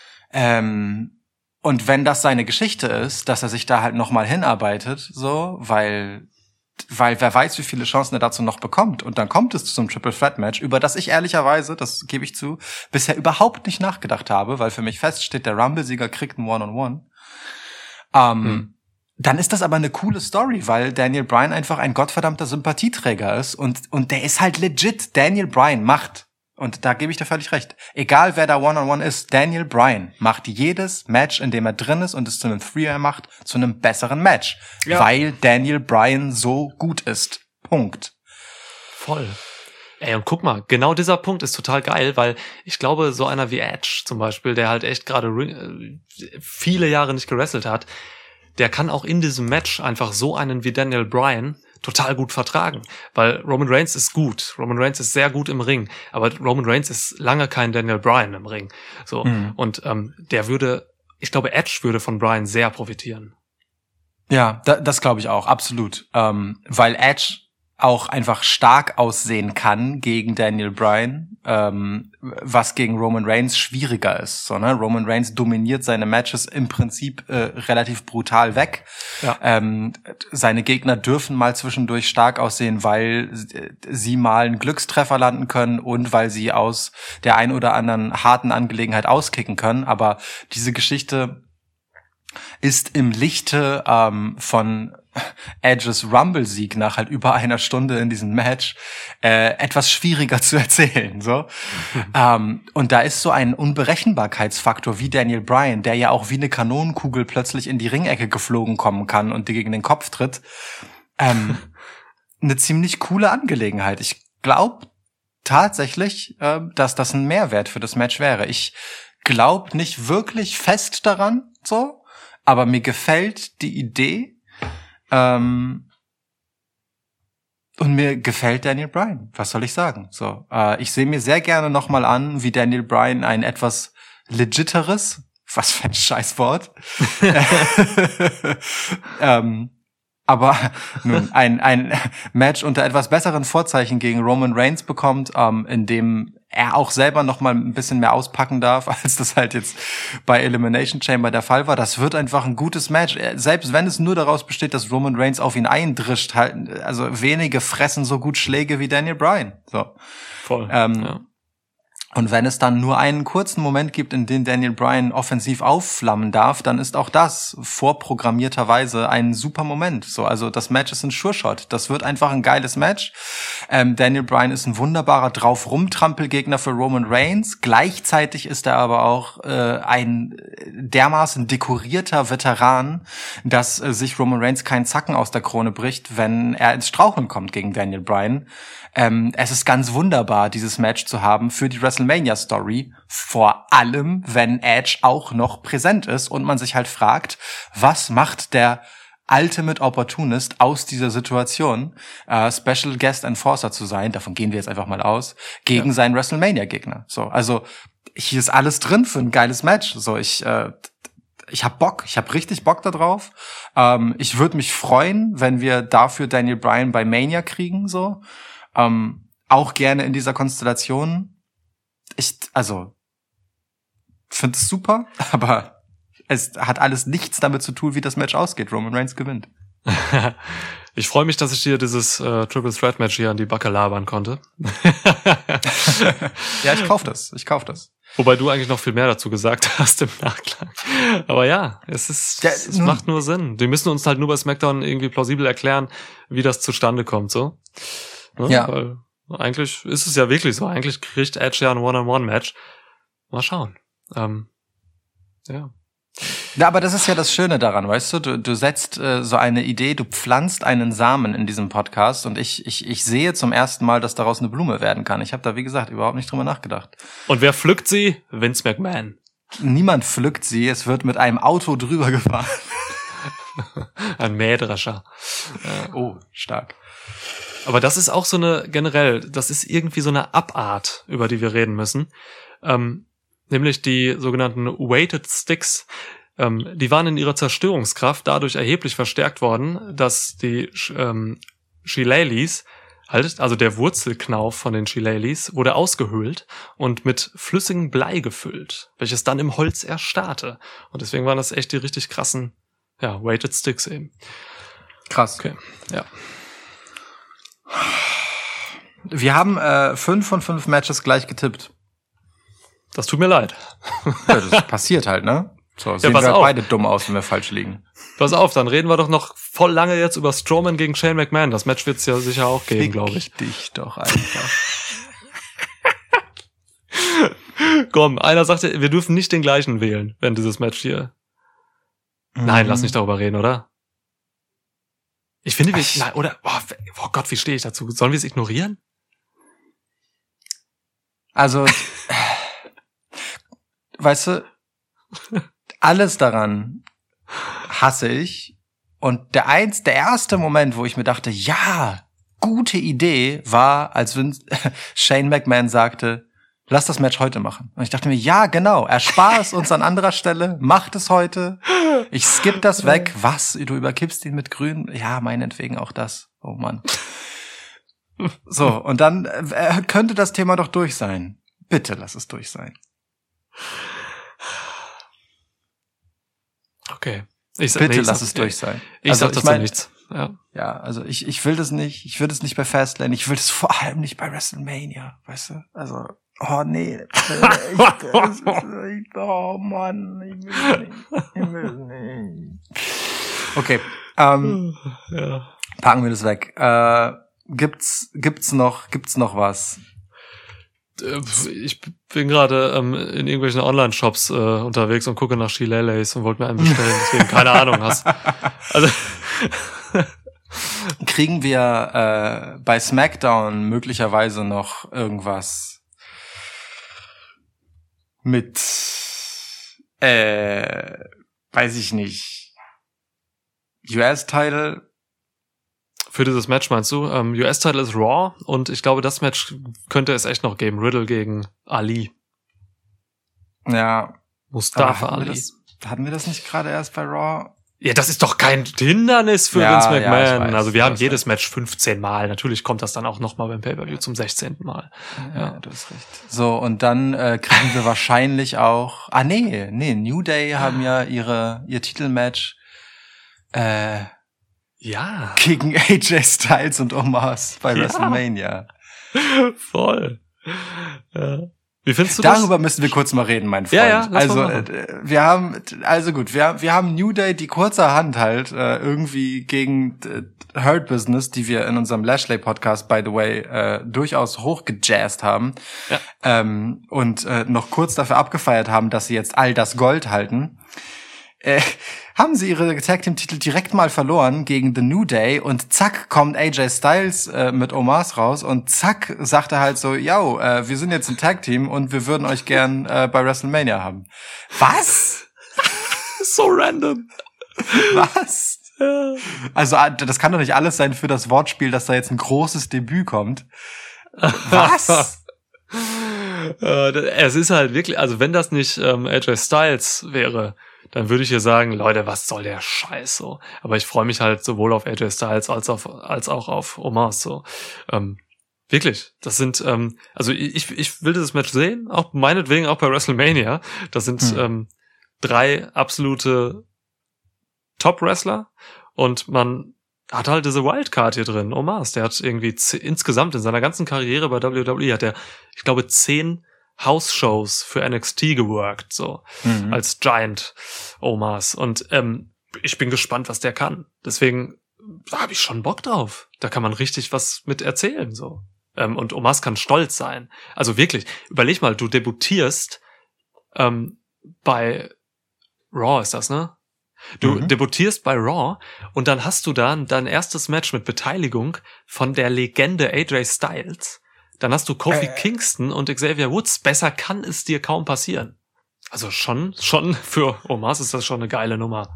Ähm, und wenn das seine Geschichte ist, dass er sich da halt nochmal hinarbeitet, so, weil weil wer weiß, wie viele Chancen er dazu noch bekommt. Und dann kommt es zu so einem Triple Threat Match, über das ich ehrlicherweise, das gebe ich zu, bisher überhaupt nicht nachgedacht habe, weil für mich feststeht, der Rumble-Sieger kriegt ein One-on-One. Ähm, Hm. Dann ist das aber eine coole Story, weil Daniel Bryan einfach ein gottverdammter Sympathieträger ist und, und der ist halt legit. Daniel Bryan macht, und da gebe ich dir völlig recht, egal wer da One-on-One ist, Daniel Bryan macht jedes Match, in dem er drin ist und es zu einem Three-Man macht, zu einem besseren Match. Ja. Weil Daniel Bryan so gut ist. Punkt. Voll. Ey, und guck mal, genau dieser Punkt ist total geil, weil ich glaube, so einer wie Edge zum Beispiel, der halt echt gerade äh, viele Jahre nicht gewrestelt hat, der kann auch in diesem Match einfach so einen wie Daniel Bryan total gut vertragen, weil Roman Reigns ist gut, Roman Reigns ist sehr gut im Ring, aber Roman Reigns ist lange kein Daniel Bryan im Ring, so Mhm. und ähm, der würde, ich glaube, Edge würde von Bryan sehr profitieren. Ja, da, das glaube ich auch, absolut. Ähm, weil Edge auch einfach stark aussehen kann gegen Daniel Bryan, ähm, was gegen Roman Reigns schwieriger ist. So, ne? Roman Reigns dominiert seine Matches im Prinzip äh, relativ brutal weg. Ja. Ähm, seine Gegner dürfen mal zwischendurch stark aussehen, weil äh, sie mal einen Glückstreffer landen können und weil sie aus der ein oder anderen harten Angelegenheit auskicken können. Aber diese Geschichte ist im Lichte ähm, von Edges Rumble-Sieg nach halt über einer Stunde in diesem Match äh, etwas schwieriger zu erzählen. So, ähm, und da ist so ein Unberechenbarkeitsfaktor wie Daniel Bryan, der ja auch wie eine Kanonenkugel plötzlich in die Ringecke geflogen kommen kann und dir gegen den Kopf tritt. Ähm, eine ziemlich coole Angelegenheit. Ich glaube tatsächlich, äh, dass das ein Mehrwert für das Match wäre. Ich glaube nicht wirklich fest daran, so, aber mir gefällt die Idee. Ähm, und mir gefällt Daniel Bryan. Was soll ich sagen? So, äh, ich sehe mir sehr gerne nochmal an, wie Daniel Bryan ein etwas legiteres, was für ein Scheißwort, ähm, aber nun ein ein Match unter etwas besseren Vorzeichen gegen Roman Reigns bekommt, ähm, in dem er auch selber noch mal ein bisschen mehr auspacken darf, als das halt jetzt bei Elimination Chamber der Fall war. Das wird einfach ein gutes Match, selbst wenn es nur daraus besteht, dass Roman Reigns auf ihn eindrischt. Halt, also wenige fressen so gut Schläge wie Daniel Bryan. So. Voll. Ähm, ja. Und wenn es dann nur einen kurzen Moment gibt, in dem Daniel Bryan offensiv aufflammen darf, dann ist auch das vorprogrammierterweise ein super Moment. So, also das Match ist ein Sure-Shot. Das wird einfach ein geiles Match. Ähm, Daniel Bryan ist ein wunderbarer Drauf-Rumtrampelgegner für Roman Reigns. Gleichzeitig ist er aber auch äh, ein dermaßen dekorierter Veteran, dass äh, sich Roman Reigns keinen Zacken aus der Krone bricht, wenn er ins Straucheln kommt gegen Daniel Bryan. Ähm, es ist ganz wunderbar, dieses Match zu haben für die WrestleMania-Story, vor allem, wenn Edge auch noch präsent ist und man sich halt fragt, was macht der Ultimate Opportunist aus dieser Situation, äh, Special Guest Enforcer zu sein, davon gehen wir jetzt einfach mal aus, gegen ja. seinen WrestleMania-Gegner. So, also hier ist alles drin für ein geiles Match. So, ich äh, ich hab Bock, ich hab richtig Bock da drauf. Ähm, ich würde mich freuen, wenn wir dafür Daniel Bryan bei Mania kriegen, so. Ähm, auch gerne in dieser Konstellation. Ich, also, finde es super, aber es hat alles nichts damit zu tun, wie das Match ausgeht. Roman Reigns gewinnt. Ich freue mich, dass ich dir dieses äh, Triple Threat Match hier an die Backe labern konnte. Ja, ich kauf das. Ich kauf das. Wobei du eigentlich noch viel mehr dazu gesagt hast im Nachklang. Aber ja, es ist, ja, es macht nur Sinn. Die müssen uns halt nur bei SmackDown irgendwie plausibel erklären, wie das zustande kommt, so. Ne? Ja. Weil eigentlich ist es ja wirklich so. Eigentlich kriegt Edge ja ein One-on-One-Match. Mal schauen. Ähm, ja. Ja, aber das ist ja das Schöne daran, weißt du, du, du setzt äh, so eine Idee, du pflanzt einen Samen in diesem Podcast und ich ich ich sehe zum ersten Mal, dass daraus eine Blume werden kann. Ich habe da, wie gesagt, überhaupt nicht drüber nachgedacht. Und wer pflückt sie? Vince McMahon. Niemand pflückt sie, es wird mit einem Auto drüber gefahren. Ein Mähdrescher. Äh, oh, stark. Aber das ist auch so eine, generell, das ist irgendwie so eine Abart, über die wir reden müssen. Ähm, nämlich die sogenannten Weighted Sticks. Ähm, die waren in ihrer Zerstörungskraft dadurch erheblich verstärkt worden, dass die ähm, Shillelaghs, halt, also der Wurzelknauf von den Shillelaghs, wurde ausgehöhlt und mit flüssigem Blei gefüllt, welches dann im Holz erstarrte. Und deswegen waren das echt die richtig krassen, ja, Weighted Sticks eben. Krass. Okay, ja. Wir haben äh, fünf von fünf Matches gleich getippt. Das tut mir leid. Ja, das passiert halt, ne? So, sehen ja, wir auf. beide dumm aus, wenn wir falsch liegen. Pass auf, dann reden wir doch noch voll lange jetzt über Strowman gegen Shane McMahon. Das Match wird's ja sicher auch geben, glaube ich. dich doch einfach. Komm, einer sagte, wir dürfen nicht den gleichen wählen, wenn dieses Match hier... Mhm. Nein, lass nicht darüber reden, oder? Ich finde, wir... Nein, oder... Oh, oh Gott, wie stehe ich dazu? Sollen wir es ignorieren? Also... weißt du... Alles daran hasse ich. Und der eins, der erste Moment, wo ich mir dachte, ja, gute Idee, war, als Vince, Shane McMahon sagte, lass das Match heute machen. Und ich dachte mir, ja, genau, erspar es uns an anderer Stelle, macht es heute. Ich skipp das weg. Was? Du überkippst ihn mit Grün? Ja, meinetwegen auch das. Oh Mann. So, und dann äh, könnte das Thema doch durch sein. Bitte lass es durch sein. Okay. Ich sag, Bitte nee, ich lass sag, es durch sein. Ich also, sag dazu ich mein, nichts. Ja. ja, also ich ich will das nicht. Ich will das nicht bei Fastlane. Ich will das vor allem nicht bei WrestleMania. Weißt du? Also, oh nee. Ich, das, ich, oh Mann. Ich will nicht. Ich will nicht. Okay. Ähm, ja. Packen wir das weg. Äh, gibt's, gibt's noch, gibt's noch was? Ich bin gerade ähm, in irgendwelchen Online-Shops äh, unterwegs und gucke nach Shillelaghs und wollte mir einen bestellen, deswegen keine Ahnung hast. Also kriegen wir äh, bei SmackDown möglicherweise noch irgendwas mit, äh, weiß ich nicht, U S-Title? Für dieses Match meinst du? Ähm, U S-Title ist Raw und ich glaube, das Match könnte es echt noch geben. Riddle gegen Ali. Ja. Mustafa hatten Ali. Wir das, hatten wir das nicht gerade erst bei Raw? Ja, das ist doch kein Hindernis für ja, Vince McMahon. Ja, weiß, also wir haben jedes recht. Match fünfzehn Mal. Natürlich kommt das dann auch nochmal beim Pay-Per-View zum sechzehnten Mal. Ja, ja, du hast recht. So, und dann äh, kriegen wir wahrscheinlich auch... Ah, nee, nee, New Day haben ja ihre ihr Titelmatch äh, ja. gegen A J Styles und Omos bei ja. WrestleMania. Voll. Ja. Wie findest du Darüber das? müssen wir kurz mal reden, mein Freund. Ja, ja, lass also mal machen. äh, wir haben, also gut, wir, wir haben New Day, die kurzerhand halt äh, irgendwie gegen äh, Hurt Business, die wir in unserem Lashley-Podcast, by the way, äh, durchaus hochgejazzt haben Ja. ähm, und äh, noch kurz dafür abgefeiert haben, dass sie jetzt all das Gold halten. Äh, haben sie ihre Tag-Team-Titel direkt mal verloren gegen The New Day und zack kommt A J Styles äh, mit Omos raus und zack sagt er halt so, yo, äh, wir sind jetzt ein Tag-Team und wir würden euch gern äh, bei WrestleMania haben. Was? So random. Was? Ja. Also das kann doch nicht alles sein für das Wortspiel, dass da jetzt ein großes Debüt kommt. Was? Äh, es ist halt wirklich, also wenn das nicht ähm, A J Styles wäre, dann würde ich hier sagen, Leute, was soll der Scheiß so? Aber ich freue mich halt sowohl auf A J Styles als auf als auch auf Omos so. Ähm, wirklich, das sind, ähm, also ich ich will dieses Match sehen, auch meinetwegen auch bei WrestleMania. Das sind Hm. ähm, drei absolute Top-Wrestler und man hat halt diese Wildcard hier drin. Omos, der hat irgendwie z- insgesamt in seiner ganzen Karriere bei W W E hat er, ich glaube, zehn House-Shows für N X T geworkt, so, Mhm. als Giant Omos. Und ähm, ich bin gespannt, was der kann. Deswegen da habe ich schon Bock drauf. Da kann man richtig was mit erzählen, so. Ähm, und Omos kann stolz sein. Also wirklich, überleg mal, du debütierst ähm, bei Raw ist das, ne? Du Mhm. debütierst bei Raw und dann hast du dann dein erstes Match mit Beteiligung von der Legende A J Styles. Dann hast du Kofi Äh. Kingston und Xavier Woods. Besser kann es dir kaum passieren. Also schon, schon für Omos ist das schon eine geile Nummer.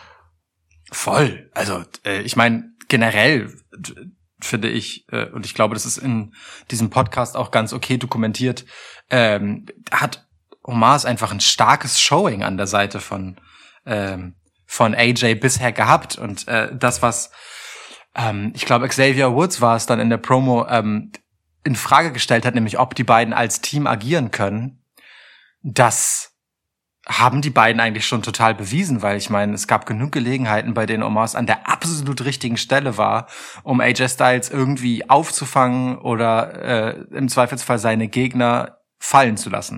Voll. Also äh, ich meine generell d- finde ich äh, und ich glaube, das ist in diesem Podcast auch ganz okay dokumentiert. Ähm, hat Omos einfach ein starkes Showing an der Seite von ähm, von A J bisher gehabt und äh, das was ähm, ich glaube Xavier Woods war es dann in der Promo ähm, in Frage gestellt hat, nämlich ob die beiden als Team agieren können. Das haben die beiden eigentlich schon total bewiesen, weil ich meine, es gab genug Gelegenheiten, bei denen Omos an der absolut richtigen Stelle war, um A J Styles irgendwie aufzufangen oder äh, im Zweifelsfall seine Gegner fallen zu lassen.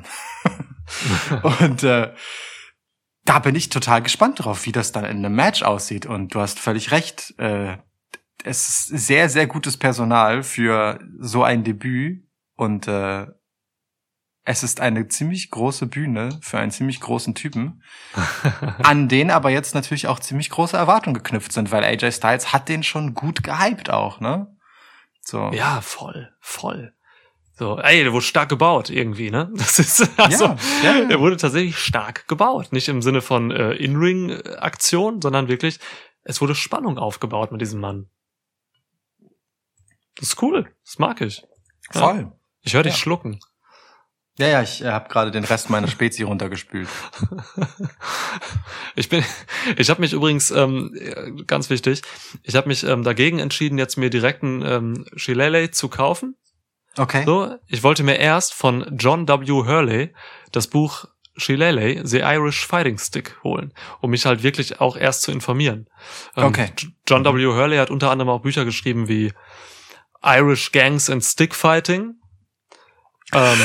Und äh, da bin ich total gespannt drauf, wie das dann in einem Match aussieht. Und du hast völlig recht, äh, es ist sehr, sehr gutes Personal für so ein Debüt und äh, es ist eine ziemlich große Bühne für einen ziemlich großen Typen, an den aber jetzt natürlich auch ziemlich große Erwartungen geknüpft sind, weil A J Styles hat den schon gut gehypt auch, ne? So. Ja, voll, voll. So, ey, der wurde stark gebaut irgendwie, ne? Das ist also, Ja, ja, ja. der wurde tatsächlich stark gebaut, nicht im Sinne von äh, In-Ring-Aktion, sondern wirklich, es wurde Spannung aufgebaut mit diesem Mann. Das ist cool, das mag ich. Ja. Voll. Ich höre dich Ja. schlucken. Ja, ja, ich äh, habe gerade den Rest meiner Spezi runtergespült. Ich bin, ich habe mich übrigens ähm, ganz wichtig, ich habe mich ähm, dagegen entschieden, jetzt mir direkt einen ähm, Shillelagh zu kaufen. Okay. So, ich wollte mir erst von John W. Hurley das Buch Shillelagh, The Irish Fighting Stick holen, um mich halt wirklich auch erst zu informieren. Ähm, Okay. John W. Hurley hat unter anderem auch Bücher geschrieben wie Irish Gangs and Stick Fighting. Ähm,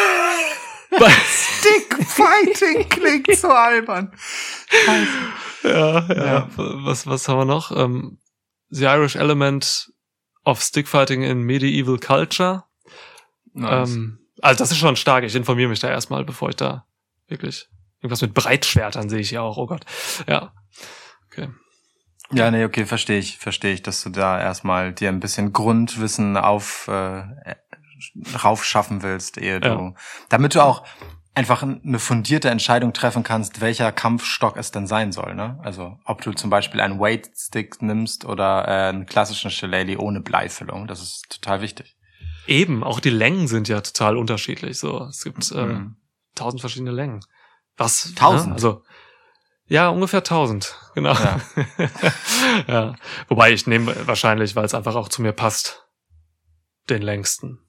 Stickfighting klingt so albern. ja, ja, Ja. Was, was haben wir noch? Ähm, The Irish Element of Stickfighting in Medieval Culture. Nice. Ähm, also das ist schon stark. Ich informiere mich da erstmal, bevor ich da wirklich irgendwas mit Breitschwertern sehe ich ja auch. Oh Gott. Ja. Okay. Ja, nee, okay, verstehe ich, verstehe ich, dass du da erstmal dir ein bisschen Grundwissen auf äh, raufschaffen willst, ehe du, Ja. damit du auch einfach eine fundierte Entscheidung treffen kannst, welcher Kampfstock es denn sein soll, ne? Also ob du zum Beispiel einen Weight-Stick nimmst oder äh, einen klassischen Shillelagh ohne Bleifüllung, das ist total wichtig. Eben, auch die Längen sind ja total unterschiedlich. So, es gibt äh, Mhm. tausend verschiedene Längen. Was? Tausend? Ne? Also ja, ungefähr tausend. Genau. Ja. Ja. Wobei ich nehme wahrscheinlich, weil es einfach auch zu mir passt, den längsten.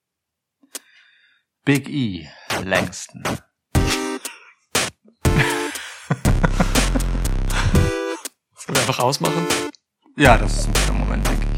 Big E, längsten. Sollen wir einfach ausmachen? Ja, das ist ein guter Moment, denke ich.